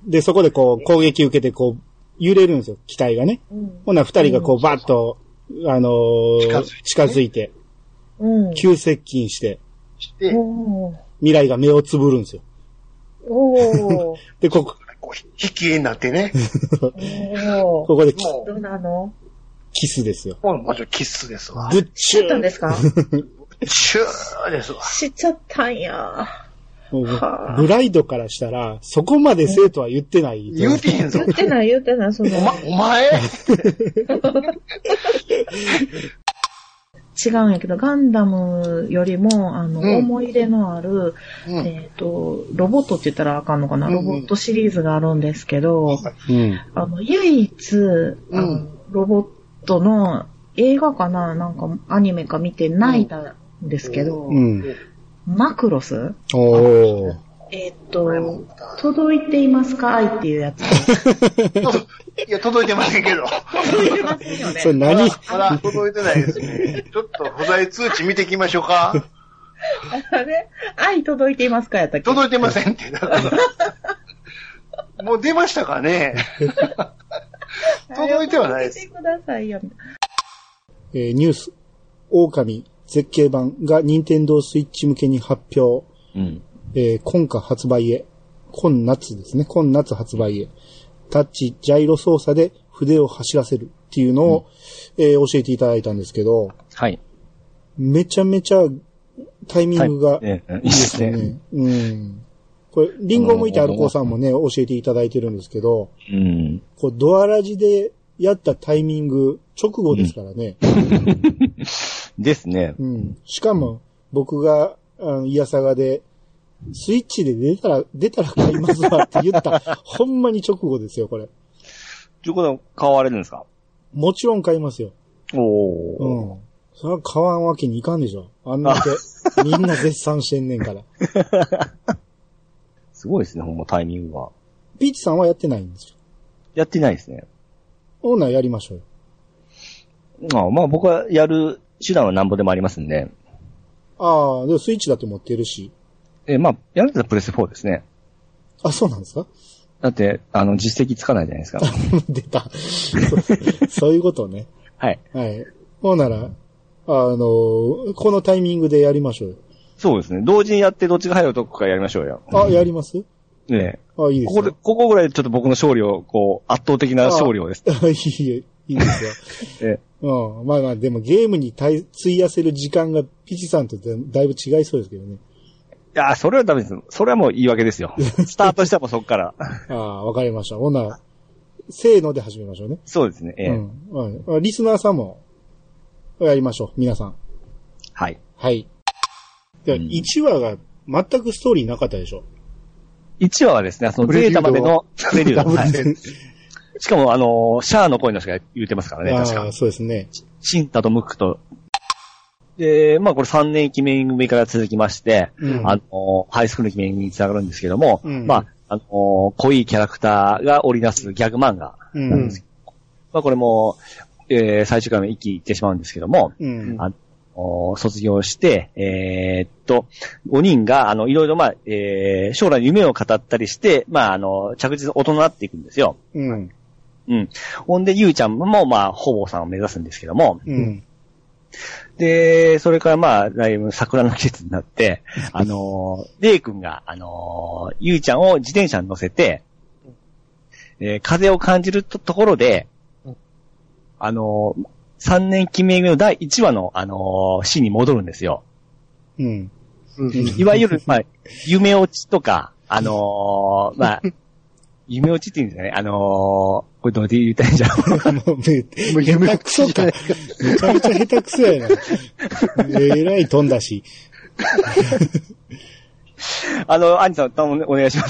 で、そこでこう、攻撃受けてこう、揺れるんですよ、機体がね。うん、ほな、二人がこう、バッと、あのー、近づいて、近づいてうん、急接近して、 して、 未来が目をつぶるんですよ。 おで、ここ。 こう引き絵になってね。 ここでキス。どうなのキスですよ。 もちろんキスですわ。 ぶっちゅー。 知ったんですかぶっちゅーですわ。 知っちゃったんや。 ブライドからしたら、そこまで生徒は言ってない。 言うてへんぞ。 言ってない言ってない、その。 おま、お前違うんやけど、ガンダムよりも、あの、うん、思い入れのある、うん、えっ、ー、と、ロボットって言ったらあかんのかな、うん、ロボットシリーズがあるんですけど、うん、あの、唯一、うん、あのロボットの映画かななんかアニメか見て泣いたんですけど、うん、マクロスおーえっ、ー、と、届いていますか愛っていうやつ。 いや、届いてませんけど。 届いてませんよね。 それ何まだ届いてないですね。ちょっと不在通知見ていきましょうか。 あれ愛届いていますかやったっけ届いてませんって。だからもう出ましたかね届いてはないです。 届いてくださいよ。 えー、ニュース、狼絶景版が任天堂スイッチ向けに発表。うんえー、今夏発売へ。今夏ですね。今夏発売へ。タッチ、ジャイロ操作で筆を走らせるっていうのを、うん、えー、教えていただいたんですけど。 はい。 めちゃめちゃタイミングがいいですね。はい、いいですね。うん。これ、リンゴを向いてアルコーさんもね、教えていただいてるんですけど、うん。こう、ドアラジでやったタイミング、直後ですからね。うん、 ですね。 うん。しかも、僕が、あの、イヤサガで、スイッチで出たら、出たら買いますわって言った、ほんまに直後ですよ、これ。 ということは買われるんですか？ もちろん買いますよ。 おー。 うん。それは買わんわけにいかんでしょ。あんだけ、みんな絶賛してんねんから。 すごいですね、ほんまタイミングが。 ピーチさんはやってないんですよ。 やってないですね。 ほなやりましょうよ。ああ、まあ僕はやる手段はなんぼでもありますんで。 ああ、でもスイッチだって持ってるし。 えー、まあ、やるんだったらプレステフォーですね。 あ、そうなんですか？ だって、あの、実績つかないじゃないですか。 出たそ。そういうことね。 はい。 はい。ほうなら、あの、このタイミングでやりましょうよ。 そうですね。同時にやってどっちが早いとこかやりましょうよ。 あ、やります？ ねえ。 あ、いいですよ。ここで、ここぐらいでちょっと僕の勝利を、こう、圧倒的な勝利をです。 あ、いい、いいですよ。ええ。うん。まあまあ、でもゲームに費やせる時間がピチさんとだいぶ違いそうですけどね。 いや、それはダメです。それはもう言い訳ですよ。スタートしたらもうそこから。 ああ、わかりました。ほな、せーので始めましょうね。 そうですね。ええ。 うんはい。リスナーさんも、やりましょう。皆さん。 はい。 はい。で、うん、いちわが全くストーリーなかったでしょ。 いちわはですね、そのゼータまでのプレリュード。はい、しかも、あの、シャアの声の人が言ってますからね、確か。 ああ、そうですね。 シンタとムックと。で、まあこれさんねん記念組から続きまして、うん、あの、ハイスクール記念組につながるんですけども、うん、まあ、あの、濃いキャラクターが織り出すギャグ漫画なんですけど、うん、まあこれも、えー、最終回まで一気に行ってしまうんですけども、うん、あの卒業して、えー、っと、ごにんが、あの、いろいろまあ、えー、将来の夢を語ったりして、まあ、あの、着実に大人になっていくんですよ。うん。うん。ほんで、ゆうちゃんも、まあ、ほぼさんを目指すんですけども、うん。で、それからまあ、だいぶ桜の季節になって、あのー、レイ君が、あのー、ゆうちゃんを自転車に乗せて、えー、風を感じると、ところで、あのー、さんねん記念組のだいいちわの、あのー、シーンに戻るんですよ。うん。いわゆる、まあ、夢落ちとか、あのー、まあ、夢落ちって言うんですかね。あのー、これどうで言いたいんじゃん。もう、 め、下手くそか。めちゃめちゃ下手くそやな。えらい飛んだし。 あの、アンジさん、お願いします。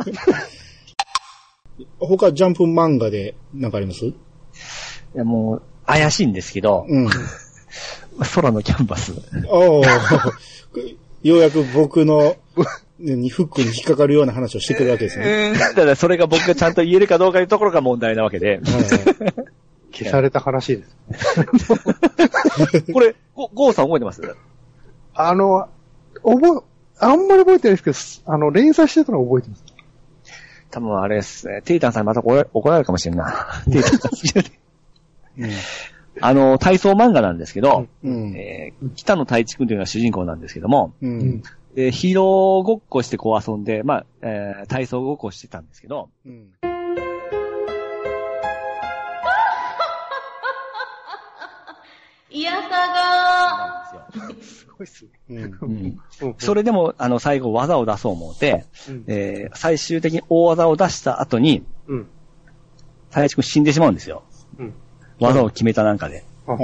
他、ジャンプ漫画でなんかあります？いや、もう、怪しいんですけど、うん、空のキャンバス。 おーようやく僕の、にフックに引っかかるような話をしてくるわけですね。 だからそれが僕がちゃんと言えるかどうかいうところが問題なわけで。 消された話です。 これ、ゴーさん覚えてます？ あの、覚え、あんまり覚えてないですけど、あの、連載してたの覚えてます。 多分あれですね。テイタンさんまた怒られるかもしれんな。テイタンさんうん、あの、体操漫画なんですけど、うんえー、北野太一くんというのが主人公なんですけども、うん、でヒーローごっこしてこう遊んで、まあ、えー、体操ごっこしてたんですけど、うん、 いやさがーすごいっすね。 うんうん、それでも、あの、最後技を出そう思うて、うんえー、最終的に大技を出した後に、うん、太一くん死んでしまうんですよ。うん技を決めたなんかで。うん、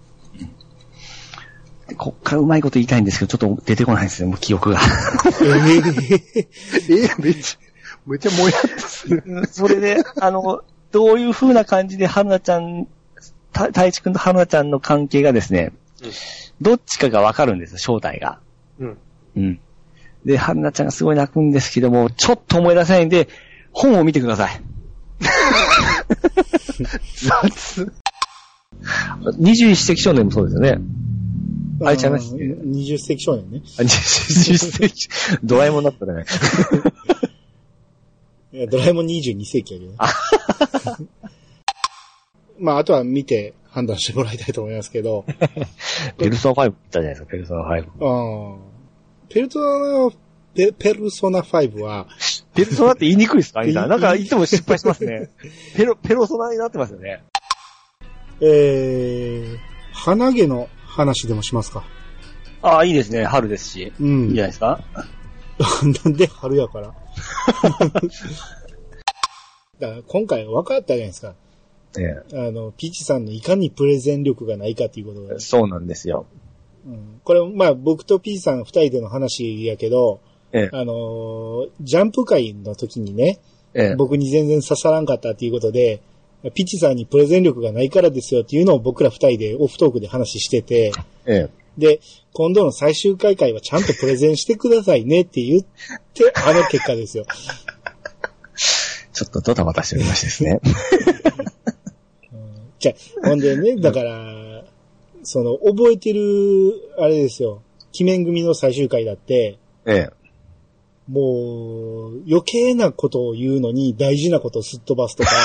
でこっからうまいこと言いたいんですけど、ちょっと出てこないですね、もう記憶が。えー、えー、めっちゃ、めっちゃもやっとする。 それで、あの、どういう風な感じで春菜ちゃん、た、太一くんと春菜ちゃんの関係がですね、うん、どっちかがわかるんですよ、正体が。うん。うん。で、春菜ちゃんがすごい泣くんですけども、ちょっと思い出せないんで、本を見てください。雑。二十一世紀少年もそうですよね。あれちゃいますね。 二十世紀少年ね。 あ、二十世紀。ドラえもんだったね。 いや、ドラえもん二十二世紀やけどね。まあ、あとは見て判断してもらいたいと思いますけど。 ペルソナファイブ言ったじゃないですか、ペルソナファイブ。 ああ。ペルソナ、ペ、ペルソナファイブは、 ペルソナって言いにくいですかみたいな。なんかいつも失敗しますね。ペロ、ペロソナになってますよね。 えー、鼻毛の話でもしますか。 ああ、いいですね。春ですし。うん。いいじゃないですか。 なんで春やから。だから今回分かったじゃないですか。ええ。あの、ピーチさんのいかにプレゼン力がないかっていうことが。 そうなんですよ。 うん。これ、まあ僕とピーチさん二人での話やけど、ええ、あのー、ジャンプ会の時にね、ええ、僕に全然刺さらんかったっていうことで、ピッチさんにプレゼン力がないからですよっていうのを僕ら二人でオフトークで話してて、ええ、で、今度の最終回会はちゃんとプレゼンしてくださいねって言って、あの結果ですよ。 ちょっとドタバタしておりましてですね。 じゃあ、ほんでね、だから、その、覚えてる、あれですよ。鬼面組の最終回だって、 ええ。 もう、余計なことを言うのに大事なことをすっ飛ばすとか。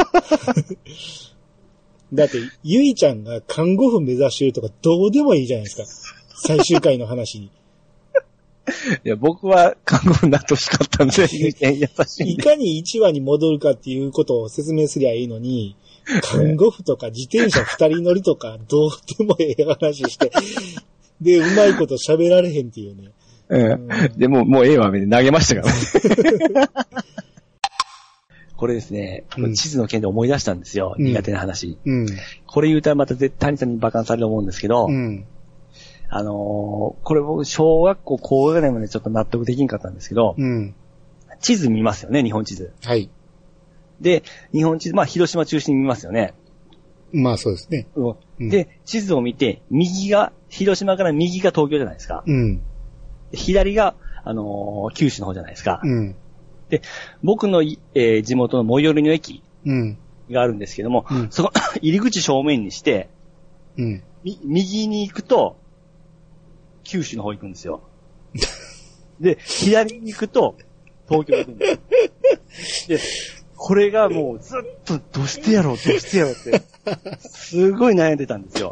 だって、ゆいちゃんが看護婦目指してるとかどうでもいいじゃないですか。最終回の話に。 いや、僕は看護婦になってほしかったんで、優しい。 いかにいちわに戻るかっていうことを説明すりゃいいのに、看護婦とか自転車二人乗りとかどうでもええ話して、で、うまいこと喋られへんっていうね。 うん、でも、もうええわ、投げましたから。これですね、うん、地図の件で思い出したんですよ。うん、苦手な話。うん、これ言うたらまた絶対にさんに馬鹿にされると思うんですけど、うん、あのー、これ僕、小学校高学年までちょっと納得できんかったんですけど、うん、地図見ますよね、日本地図。 はい。 で、日本地図、まあ、広島中心に見ますよね。 まあ、そうですね。 うん、で、地図を見て、右が、広島から右が東京じゃないですか。うん、左が、あのー、九州の方じゃないですか。うん、で、僕の、えー、地元の最寄りの駅があるんですけども、うん、そこ、入り口正面にして、うん、み右に行くと、九州の方行くんですよ。で、左に行くと、東京行くんですよ。で、これがもうずっとどうしてやろう、どうしてやろうって、すごい悩んでたんですよ。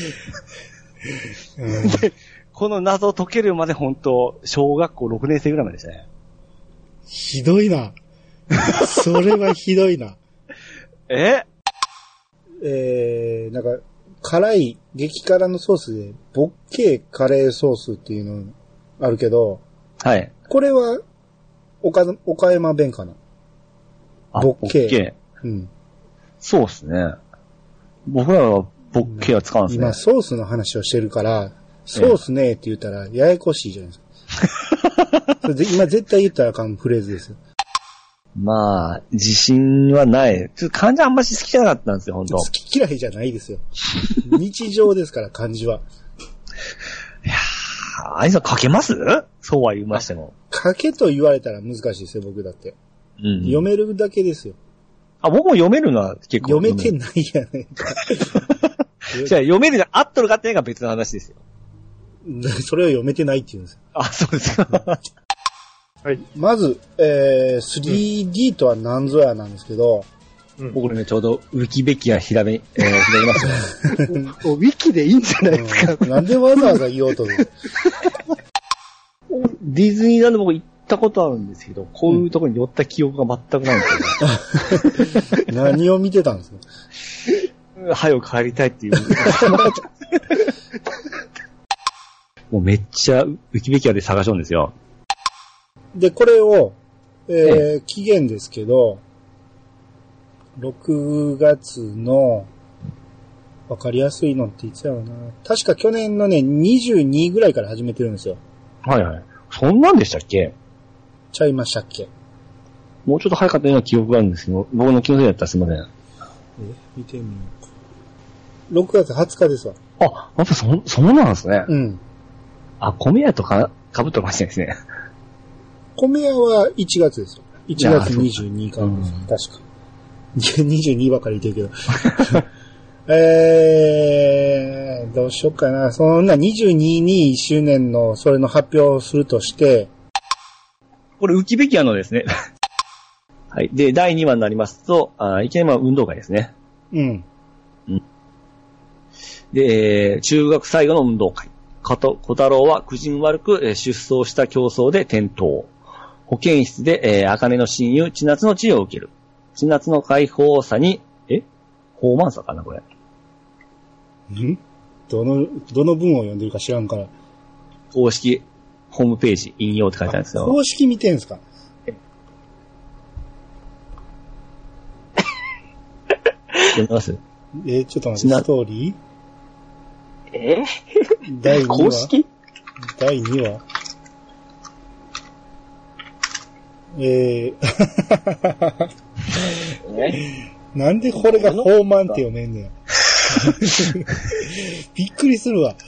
うん、で、この謎を解けるまで本当、小学校ろくねん生ぐらいまででしたね。 ひどいな。それはひどいな。 ええー、なんか、辛い、激辛のソースで、ボッケーカレーソースっていうのあるけど、 はい。 これは、岡、岡山弁かな。ボッケー。ボッケー。うん。 そうですね。僕らはボッケーは使うんですね。 今、ソースの話をしてるから、ソースねって言ったら、ややこしいじゃないですか。それで今絶対言ったらあかんフレーズですよ。 まあ、自信はない。ちょっと漢字あんまし好きじゃなかったんですよ、本当。 好き嫌いじゃないですよ。日常ですから、漢字は。 いやー、あいつは書けます？そうは言いましても。 書けと言われたら難しいですよ、僕だって。うん、読めるだけですよ。 あ、僕も読めるのは結構。 読めてないやないか。 じゃあ読めるじゃ、合っとるかっていうのが別の話ですよ。 それを読めてないって言うんですよ。 あ、そうですか。 はい。まず、えー、スリーディー とは何ぞやなんですけど、 うん、僕ね、ちょうどウィキベキア調べ、えー、調べますね。ウィキでいいんじゃないですか。 うん、なんでわざわざ言おうと思う。 ディズニーランド僕行ったことあるんですけど、こういうところに寄った記憶が全くないんですよ、ね。 何を見てたんですか？早く帰りたいっていう。もうめっちゃウィキベキアで探しようんですよ。 で、これを、えーええ、期限ですけど、ろくがつの、わかりやすいのっていつやろうな。確か去年のね、にじゅうにぐらいから始めてるんですよ。 はいはい。そんなんでしたっけ？ ちゃいましたっけ？ もうちょっと早かったような記憶があるんですけど、僕の気のせいだったらすいません。え、 見てみようか。ろくがつはつかですわ。 あ、やっぱそ、そうなんですね。 うん。 あ、米屋とか被ってましたですね。 米屋はいちがつですよ。いちがつにじゅうににからです。確か。にじゅうにばかり言ってるけど。えー、どうしよっかな。そんなにじゅうににいっしゅうねんのそれの発表をするとして。 これ、ウキベキアのですね。はい。で、だいにわになりますと、あいきなりまあ運動会ですね。 うん。 うん。で、中学最後の運動会。かと、小太郎は苦人悪く出走した競争で転倒。保健室で、えー、茜の親友、千夏の治療を受ける。千夏の解放さに、え放慢さかな、これ。 んどの、どの文を読んでるか知らんから。 公式、ホームページ、引用って書いてあるんですよ。 公式見てんすか？ 読みますえー、ちょっと待って、ストーリーえだいにわ公式だいにわえー、なんでこれがホーマンって読めんねん。びっくりするわ。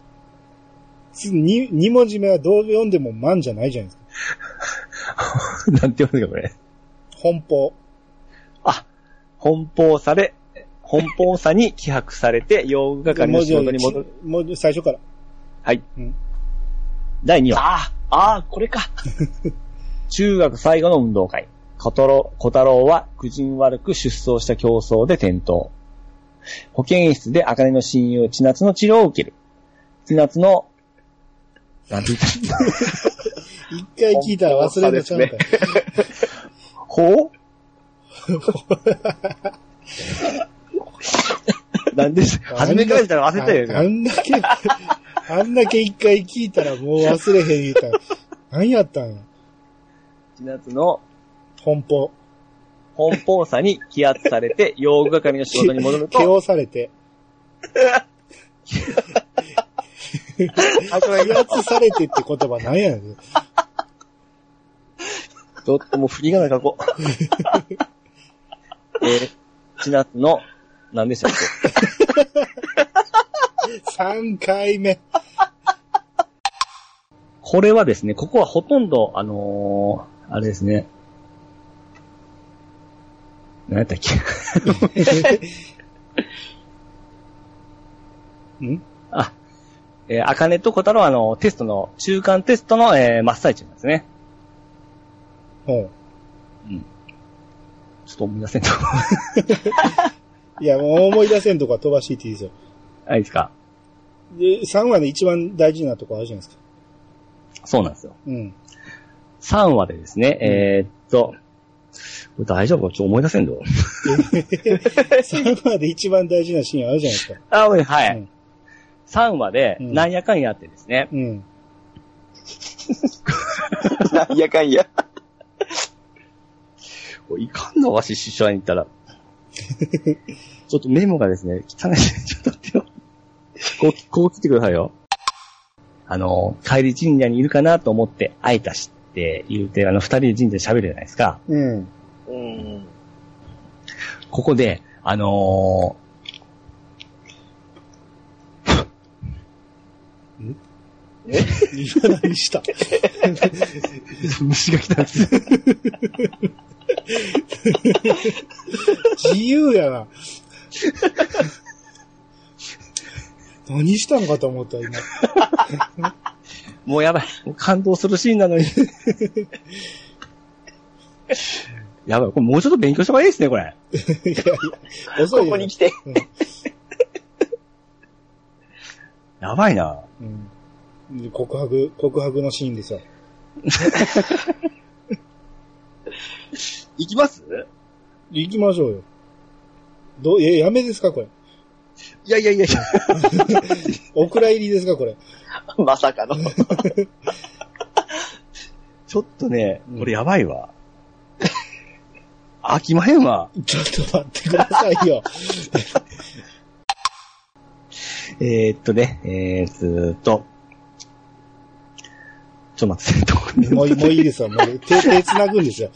に、二文字目はどう読んでもマンじゃないじゃないですか。なんて読むんですか、これ。 奔放。 あ、奔放され、奔放さに気迫されて、用具係の仕事に戻る。 もう最初から。 はい。うん、だいにわ。 ああ、ああ、これか。 中学最後の運動会。小太郎、小太郎は苦人悪く出走した競争で転倒。保健室で茜の親友、千夏の治療を受ける。千夏の、なんて言った一回聞いたら忘れるちゃうんかい。 ほうなんで、初めから見たら忘れたよ。 あんだけ、あんだけ一回聞いたらもう忘れへん言うたら、何やったんや。 千夏の、 奔放。 奔放さに気圧されて、用具係の仕事に戻ると。 気をされて。気圧されてって言葉何やねん。 ちょっともう振りがな書こう。えー、千夏の、何でしたっけ ?さん 回目。 これはですね、ここはほとんど、あのー、あれですね。何やったっけんあ、えー、あかねと小太郎はあの、テストの、中間テストの、えー、真っ最中なんですね。 ほう。 うん。ちょっと思い出せんと。 いや、もう思い出せんとこは飛ばしていっていいですよ。 あ、いいですか。 で、さんわで一番大事なとこあるじゃないですか。 そうなんですよ。 うん。 さんわでですね、うん、えー、っと、これ大丈夫かちょっと思い出せんのさんわで一番大事なシーンあるじゃないですか。 あ、はい。うん、さんわで、なんやかんやってですね。 うん。 なんやかんや。 いかんのわし、出所に行ったら。ちょっとメモがですね、汚い。ちょっと待ってよ。こう、こう来てくださいよ。あの、帰り神社にいるかなと思って会えたしって言うて、あの、二人で神社で喋るじゃないですか。 うん。 うん。 ここで、あのー、んえ今何した虫が来たんです。 自由やな。何したのかと思った今。 もうやばい。もう感動するシーンなのに。やばい。これもうちょっと勉強した方がいいですね、これ。いやいや、遅いよ。 ここに来て。うん、 やばいな、 うん。告白、告白のシーンですよ。 行きます行きましょうよ。どう、え、やめですかこれ。 いやいやいやいや。 お蔵入りですかこれ。 まさかの。 ちょっとね、これやばいわ。飽きまへんわ。 ちょっと待ってくださいよ。 えーっとね、えー、ずーっと。ちょっと待って、 もう、もういいですよ。もう手、手繋ぐんですよ。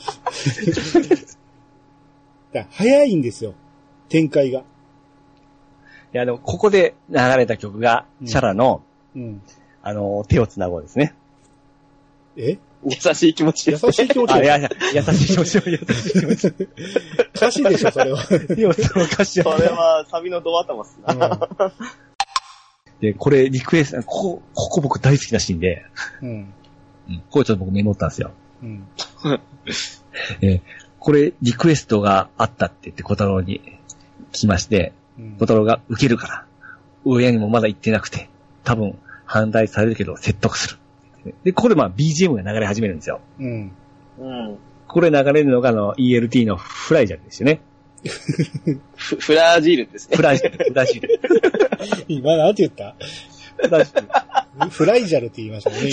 だ早いんですよ。展開が。 いや、でも、ここで流れた曲が、うん、シャラの、うん、あの、手を繋ごうですね。 え優しい気持ち。 優しい気持ち。 あ、いやいや、優しい気持ち。優しい気持ち。 歌詞でしょ、それは。 手を繋ごう歌詞。 それは、サビのドア頭っすな。うんで、これ、リクエスト、ここ、ここ僕大好きなシーンで、うん。うん。これちょっと僕メモったんですよ。うん。えー、これ、リクエストがあったって言って小太郎に来まして、うん、小太郎が受けるから、親にもまだ言ってなくて、多分反対されるけど説得する。で、ここでまあ ビージーエム が流れ始めるんですよ。 うん。 うん。 これ流れるのがあの イーエルティー のフライジャルですよね。 フ, フラージールですね。 フラジール、フラジール。 今なんて言ったフラジール。フライジャルって言いましたね、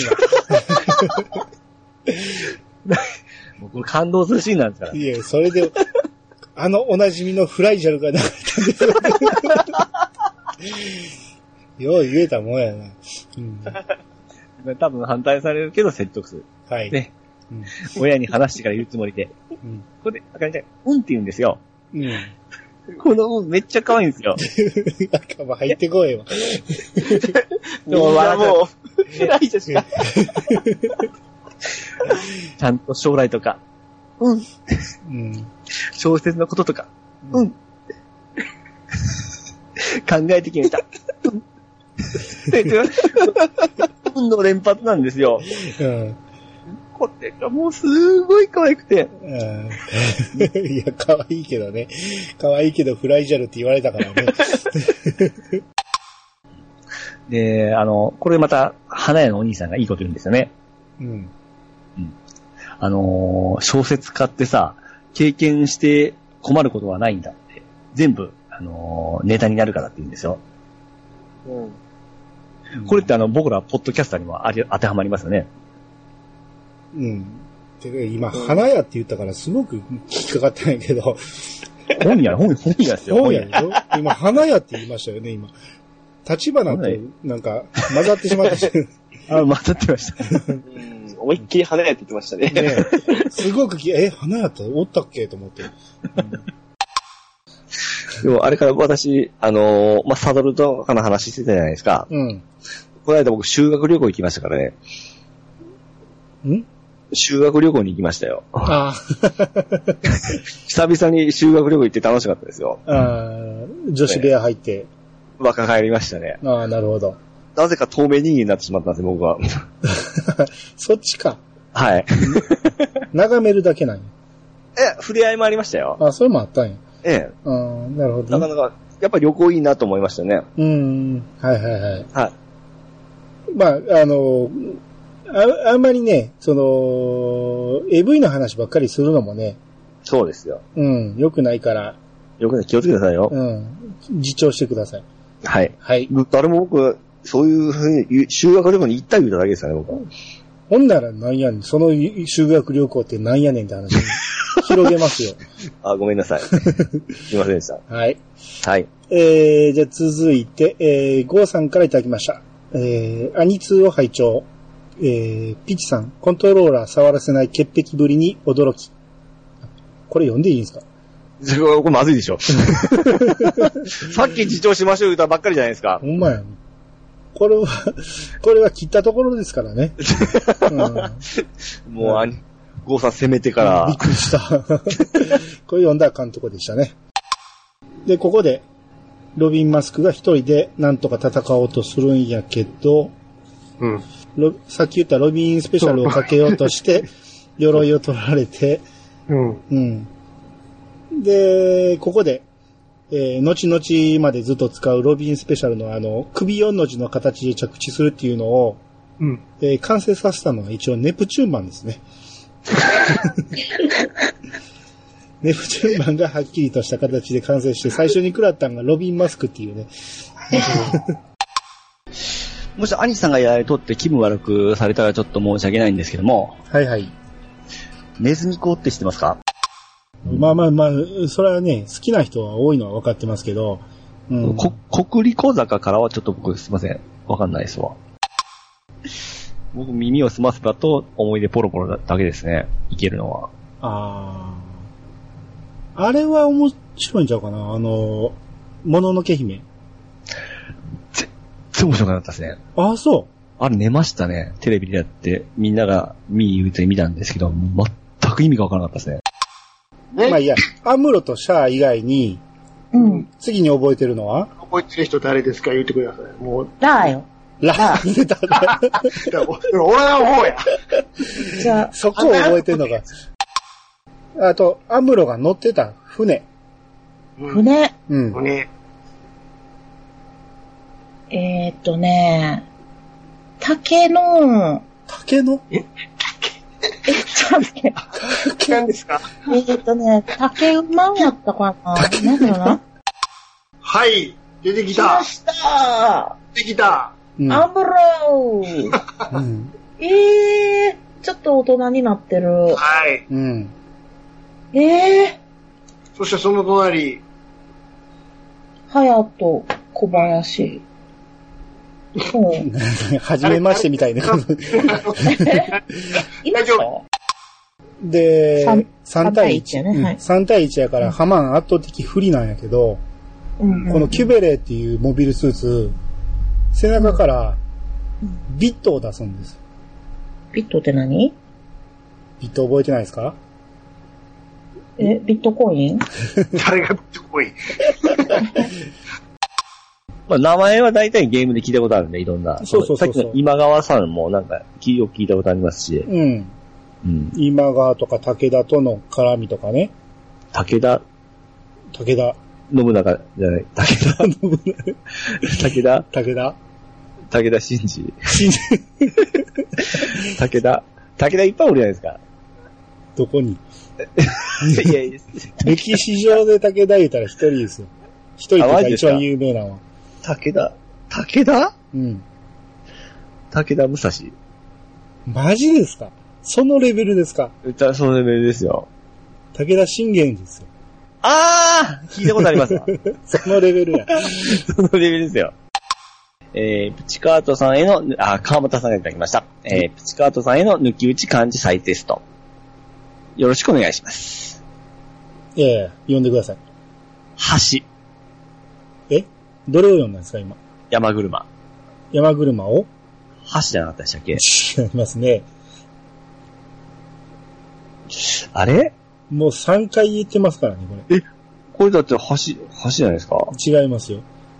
今。もうこれ感動するシーンなんですから。 いや、それで、あのおなじみのフライジャルが流れたんですよ。よう言えたもんやな。 うん、多分反対されるけど説得する。 はい。 ね。うん、親に話してから言うつもりで。うん、これで、あかねちゃん、うんって言うんですよ。 うん。 このうんめっちゃ可愛いんですよ。 頭入ってこいよ。 でも、まあもう、フライジャしか。 ちゃんと将来とか、 うん。うん。小説のこととか、うん。考えて決めた。うん。って言って、うんの連発なんですよ。うん。これがもうすごい可愛くて。 うん、いや、可愛いけどね。可愛いけどフライジャルって言われたからね。 で、あの、これまた、花屋のお兄さんがいいこと言うんですよね。うん。うん。あのー、小説家ってさ、経験して困ることはないんだって。全部、あのー、ネタになるからって言うんですよ。うん。これってあの、僕らポッドキャスターにもあり当てはまりますよね。 うん。で今、花屋って言ったからすごく引っかかってないけど。 本屋、本、本屋ですよ。 本屋でしょ今、花屋って言いましたよね、今。立花となんか混ざってしまって。 あ、混ざってました。 思いっきり花屋って言ってましたね。ねすごくき、え、花屋っておったっけと思って。 うん、でも、あれから私、あのー、まあ、サドルとかの話してたじゃないですか。うん。この間僕、修学旅行行きましたからね。ん修学旅行に行きましたよ。ああ。久々に修学旅行行って楽しかったですよ。ああ、 女子部屋入って。 若返りましたね。 ああ、なるほど。 なぜか透明人間になってしまったんですよ、僕は。 そっちか。 はい。 眺めるだけなんや。 え、触れ合いもありましたよ。 あ、それもあったんや。 ええ。 ああ、なるほど、 ね。なかなか、やっぱり旅行いいなと思いましたね。 うん。はいはいはい。はい。まあ、あの、あ, あんまりね、その、エーブイ の話ばっかりするのもね。 そうですよ。 うん、良くないから。 良くない、気をつけてくださいよ。 うん。自重してください。 はい。 はい。 誰も僕、そういうふうに、修学旅行に行った言うただけですよね、僕は。 ほんならなんやねん。その修学旅行ってなんやねんって話に広げますよ。 あ、ごめんなさい。すいませんでした。 はい。 はい。 えー、じゃあ続いて、えー、ゴーさんからいただきました。えー、アニツーを拝聴。えー、ピチさん、コントローラー触らせない潔癖ぶりに驚き。これ読んでいいんですか？ これまずいでしょ。さっき自重しましょう言ったばっかりじゃないですか。 ほんまや。これは、これは切ったところですからね。うん、 もう、あ、ゴーさん攻めてから。 びっくりした。これ読んだらあかんとこでしたね。で、ここで、ロビン・マスクが一人でなんとか戦おうとするんやけど、うん。さっき言ったロビンスペシャルをかけようとして、鎧を取られて、うん。うん。で、ここで、えー、後々までずっと使うロビンスペシャルのあの、首よんの字の形で着地するっていうのを、うん。えー、完成させたのが一応ネプチューンマンですね。ネプチューンマンがはっきりとした形で完成して、最初に食らったのがロビンマスクっていうね。 もし、アニさんがやられとって気分悪くされたらちょっと申し訳ないんですけども。 はいはい。 ネズミ講って知ってますか？ まあまあまあ、それはね、好きな人は多いのは分かってますけど。 うん、こ、国立小坂からはちょっと僕すいません。分かんないですわ。僕耳を澄ませばと思い出ポロポロだけですね。いけるのは。 ああ。あれは面白いんちゃうかな？あの、もののけ姫。 全然面白くなかったですね。 ああ、そう。 あれ寝ましたね。テレビでやって、みんなが見言うて見たんですけど、全く意味がわからなかったですね。 まあいいや、アムロとシャア以外に、うん、次に覚えてるのは？ 覚えてる人誰ですか言ってください。もう。 ラーよ。 ラー出たね。 俺は方や。 じゃあ、そこを覚えてるのが。あと、アムロが乗ってた船。 船。 うん。 船。 えーっとね、竹の、 竹のええ、ちょっと待って。 竹なんですか？ えーっとね、竹馬やったかな？なんだろうな。 はい、出てきた。 来ました出てきた。 うん、アムロー、うん、えー、ちょっと大人になってる。 はい。 うん。 えー。 そしてその隣。 ハヤト、小林。 そう。はじめましてみたいな。 今ので、さん対いち。 さん対いちやね。はい。 さん対いちやからハマン圧倒的不利なんやけど、うんうん、このキュベレーっていうモビルスーツ、背中からビットを出すんです。 ビットって何？ ビット覚えてないですか？ え、ビットコイン誰がビットコインまあ、名前は大体ゲームで聞いたことあるんで、いろんな。 そうそうそうそう。 さっきの今川さんもなんか、よく聞いたことありますし。 うん。うん、今川とか武田との絡みとかね。 武田武田。 信長じゃない。武田武田武田武田真治。真治。武田。武田いっぱいおるじゃないですか。 どこにいやいや歴史上で武田言うたら一人ですよ。一人が一番有名なのは。 武田武田うん。 武田武蔵。 マジですか？そのレベルですか？ そのレベルですよ。 武田信玄ですよ。 ああ聞いたことありますわ。 そのレベルや。 そのレベルですよ。えー、プチカートさんへの、あ、川端さんがいただきました。えー、プチカートさんへの抜き打ち漢字再テスト。よろしくお願いします。 いやいや、読んでください。 橋。 え？どれを読んだんですか、今。 山車。 山車を？ 橋じゃなかったでしたっけ？ 違いますね。 あれ？ もうさんかい言ってますからね、これ。 え？これだって橋、橋じゃないですか？ 違いますよ。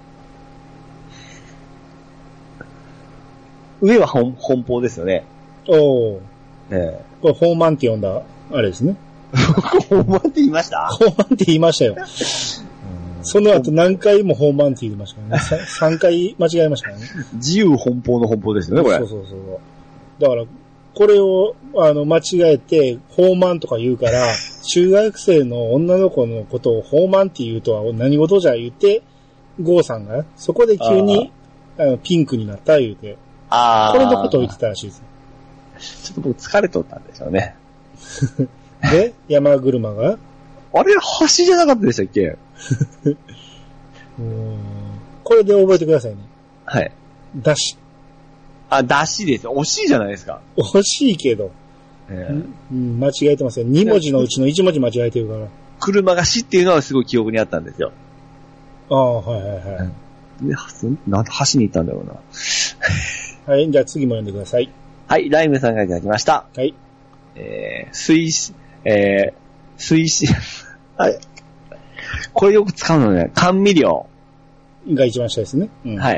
上は本、本邦ですよね。 おー。 ねえ。 これ、ホーマンって読んだ、あれですね。 ホーマンって言いました？ ホーマンって言いましたよ。その後何回もホーマンって言いましたからね。さんかい間違えましたからね。 自由奔放の奔放ですよね、これ。 そうそうそう。だから、これを、あの、間違えて、ホーマンとか言うから、中学生の女の子のことをホーマンって言うとは何事じゃ言って、ゴーさんが、そこで急に、あの、ピンクになった言うて、 あこれのことを言ってたらしいです。 ちょっと僕疲れとったんでしょうね。 で、山車があれ、橋じゃなかったでしたっけ？うーん、これで覚えてくださいね。 はい。 だし。 あ、だしです。惜しいじゃないですか。 惜しいけど。えーうん、間違えてますよ。に文字のうちのいち文字間違えてるから。 車がしっていうのはすごい記憶にあったんですよ。 ああ、はいはいはい。 で、なんで橋に行ったんだろうな。 はい、じゃあ次も読んでください。 はい、ライムさんがいただきました。 はい。 えー、水死、えー、水死、はい。これよく使うのね、甘味料。 が一番下ですね。 うん、はい。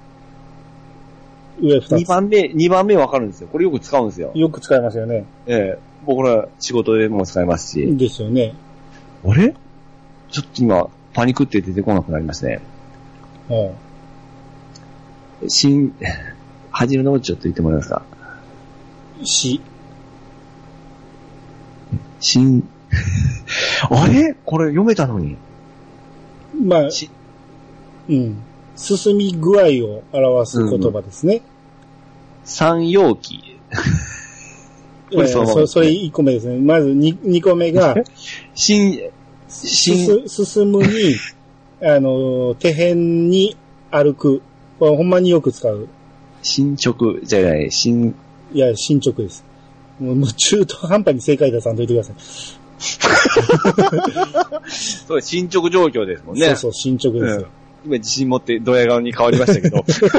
上二つ。 二番目、二番目わかるんですよ。これよく使うんですよ。 よく使いますよね。 ええー、僕ら仕事でも使いますし。 ですよね。 あれ？ちょっと今、パニックって出てこなくなりますね。 うん。 新、はじめの文字ちょっと言ってもらえますか？ し。 新、あれ？これ読めたのに。 まあ、うん。進み具合を表す言葉ですね。 三容器。 これそのまま、ね、そ, それ一個目ですね。まず二、二個目が、 新、 新、進むに、あの、手辺に歩く。これほんまによく使う。 進捗じゃない、進。 いや、進捗です。もう中途半端に正解出さんといてください。 そう、進捗状況ですもんね。 そうそう、進捗ですよ。うん今自信持ってドヤ顔に変わりましたけど。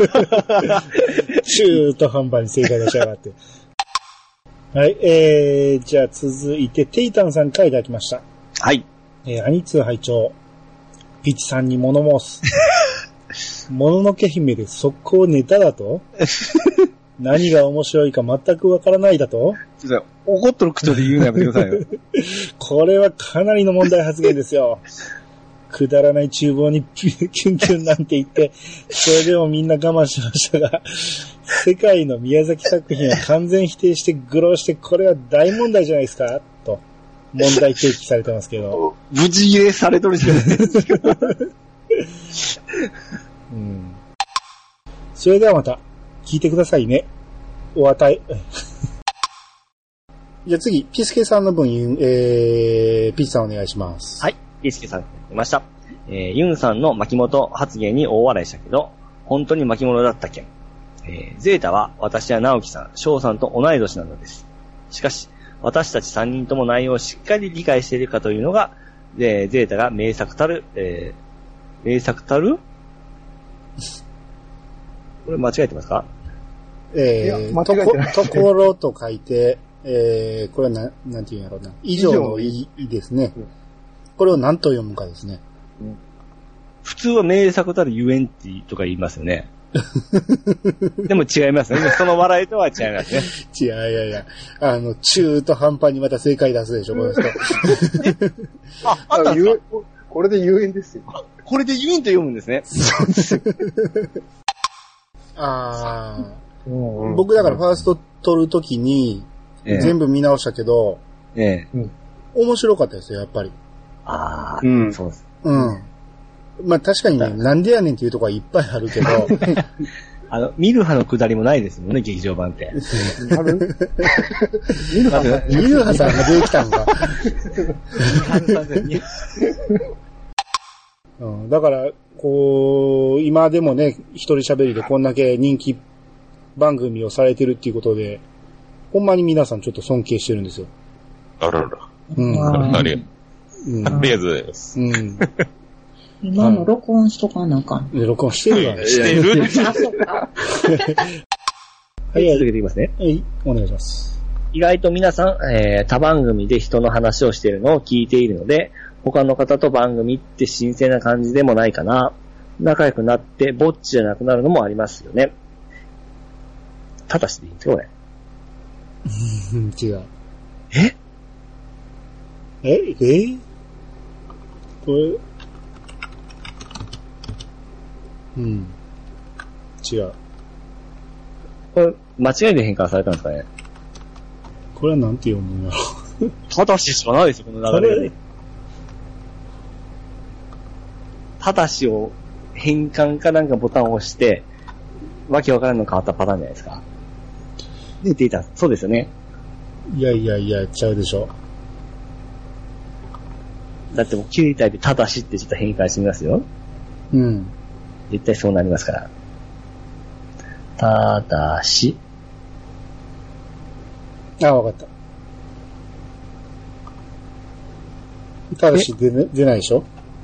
中途半端に正解出しやがって。はい、えー、じゃあ続いて、テイタンさんからいただきました。 はい。 えー、アニツー拝聴ピチさんに物申す。もののけ姫で速攻ネタだと何が面白いか全くわからないだと怒っとる口調で言うのやめてくださいよ。 これはかなりの問題発言ですよ。くだらない厨房にキュンキュンなんて言って、それでもみんな我慢しましたが、世界の宮崎作品を完全否定して愚弄して、これは大問題じゃないですかと、問題提起されてますけど。 無事切れされとるじゃないですか。 うん。それではまた、聞いてくださいね。お与え。じゃあ次、ピスケさんの分、えー、ピッチさんお願いします。 はい。ピスケさん出ました。えー、ユンさんの巻元発言に大笑いしたけど、本当に巻物だったっけ？えー、ゼータは私や直樹さん、翔さんと同い年なのです。しかし、私たちさんにんとも内容をしっかり理解しているかというのが、えー、ゼータが名作たる、えー、名作たるこれ間違えてますか？ えー、とこ、ところと書いて、 えー、これはな、なんていうんやろうな。以上のいいですね。これを何と読むかですね。 普通は名作たるゆえんってとか言いますよね。でも違いますね。その笑いとは違いますね。 違う、いやいや。あの、中途半端にまた正解出すでしょ、この人。 あ、あったんですか？ これでゆえんですよ。 これでゆえんと読むんですね。 そうです。 ああ、うんうん。僕だからファースト撮るときに、ええ、全部見直したけど、ええうん、面白かったですよ、やっぱり。 ああ、うん、そうです。 うん。まあ確かにね、なんでやねんっていうとこはいっぱいあるけど、 あの、ミルハの下りもないですもんね、劇場版って。あるミルハさん、ミルハさんが出てきたんか。うん、だから、こう、今でもね、一人喋りでこんだけ人気番組をされてるっていうことで、ほんまに皆さんちょっと尊敬してるんですよ。 あらら。 うん。 ありがとうございます。うん。 今の録音しとかなあかん。 録音してるわね。 してるあ、そうか。 はい、続けていきますね。 はい、お願いします。 意外と皆さん、えー、他番組で人の話をしているのを聞いているので、他の方と番組って新鮮な感じでもないかな。仲良くなってぼっちじゃなくなるのもありますよね。ただしでいいんですよ、これ。 違う。 えええこれ、うん。違う。 これ、間違いで変換されたんですかね。 これはなんて読むんやろ。 ただししかないですよ、この流れで。ただしを変換かなんかボタンを押して、わけわからんの変わったパターンじゃないですか。で、データ、そうですよね。 いやいやいや、ちゃうでしょ。 だってもう、切りタイプただしってちょっと変換してみますよ。 うん。 絶対そうなりますから。ただし。 あ、わかった。ただし出、出ないでしょ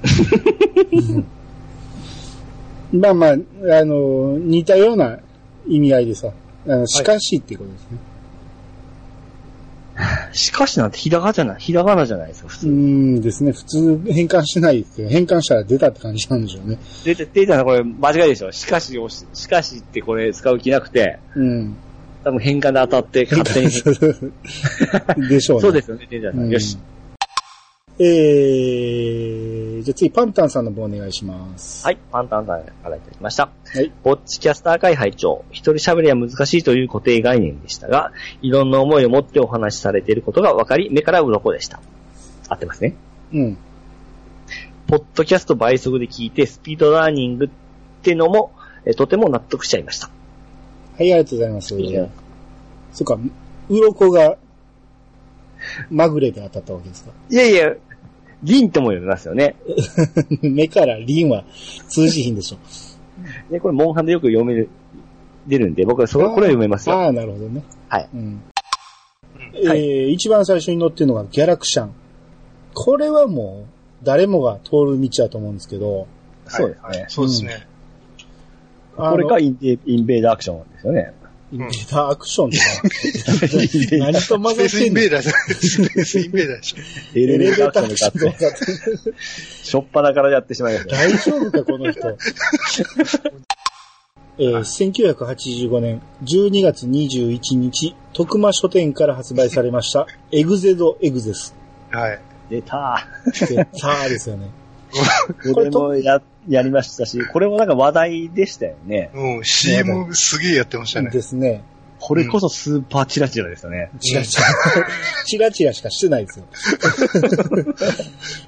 まあまあ、あの、似たような意味合いでさ、あの、しかしっていうことですね。 はい、しかしなんてひらがなじゃない、ひらがなじゃないですか、普通。 うーんですね。普通変換しないですけど、変換したら出たって感じなんでしょうね。 出て、出たらこれ間違いでしょ。しかしをし、しかしってこれ使う気なくて。 うん。 多分変換で当たって勝手に。 でしょうね。 そうですよね、出たら、うん。よし。 えー、じゃあ次、パンタンさんの方お願いします。 はい、パンタンさんからいただきました。 はい。 ぼっちキャスター会拝聴一人喋りは難しいという固定概念でしたが、いろんな思いを持ってお話しされていることが分かり、目から鱗でした。合ってますね。 うん。 ポッドキャスト倍速で聞いて、スピードラーニングってのも、えとても納得しちゃいました。 はい、ありがとうございます。いやそっか、鱗が、まぐれで当たったわけですか？ いやいや、リンとも読みますよね。 目からリンは通じひんでしょ。 で、これ、モンハンでよく読める、出るんで、僕はそれ、これは読めますよ。 ああ、なるほどね。 はい。 うんえーはい、一番最初に載ってるのがギャラクシャン。これはもう、誰もが通る道だと思うんですけど。 そうですね。はい、 そうですね。 うん、これがインベインベーダーアクションですよね。 インベーダーアクションって何と混ざってんの？スペースインベーダーじゃない。スペースインベーダーでしょ。 エレベーターアクションで買って。しょっぱなからやってしまいました。 大丈夫か、この人。えー、せんきゅうひゃくはちじゅうごねんじゅうにがつにじゅういちにち、徳間書店から発売されました、エグゼドエグゼス。 はい。 出たー。出たーですよね。 これもや、やりましたし、これもなんか話題でしたよね。 うん、シーエム すげえやってましたね。 ですね。 これこそスーパーチラチラですよね。 チラチラ。チラチラしかしてないですよ。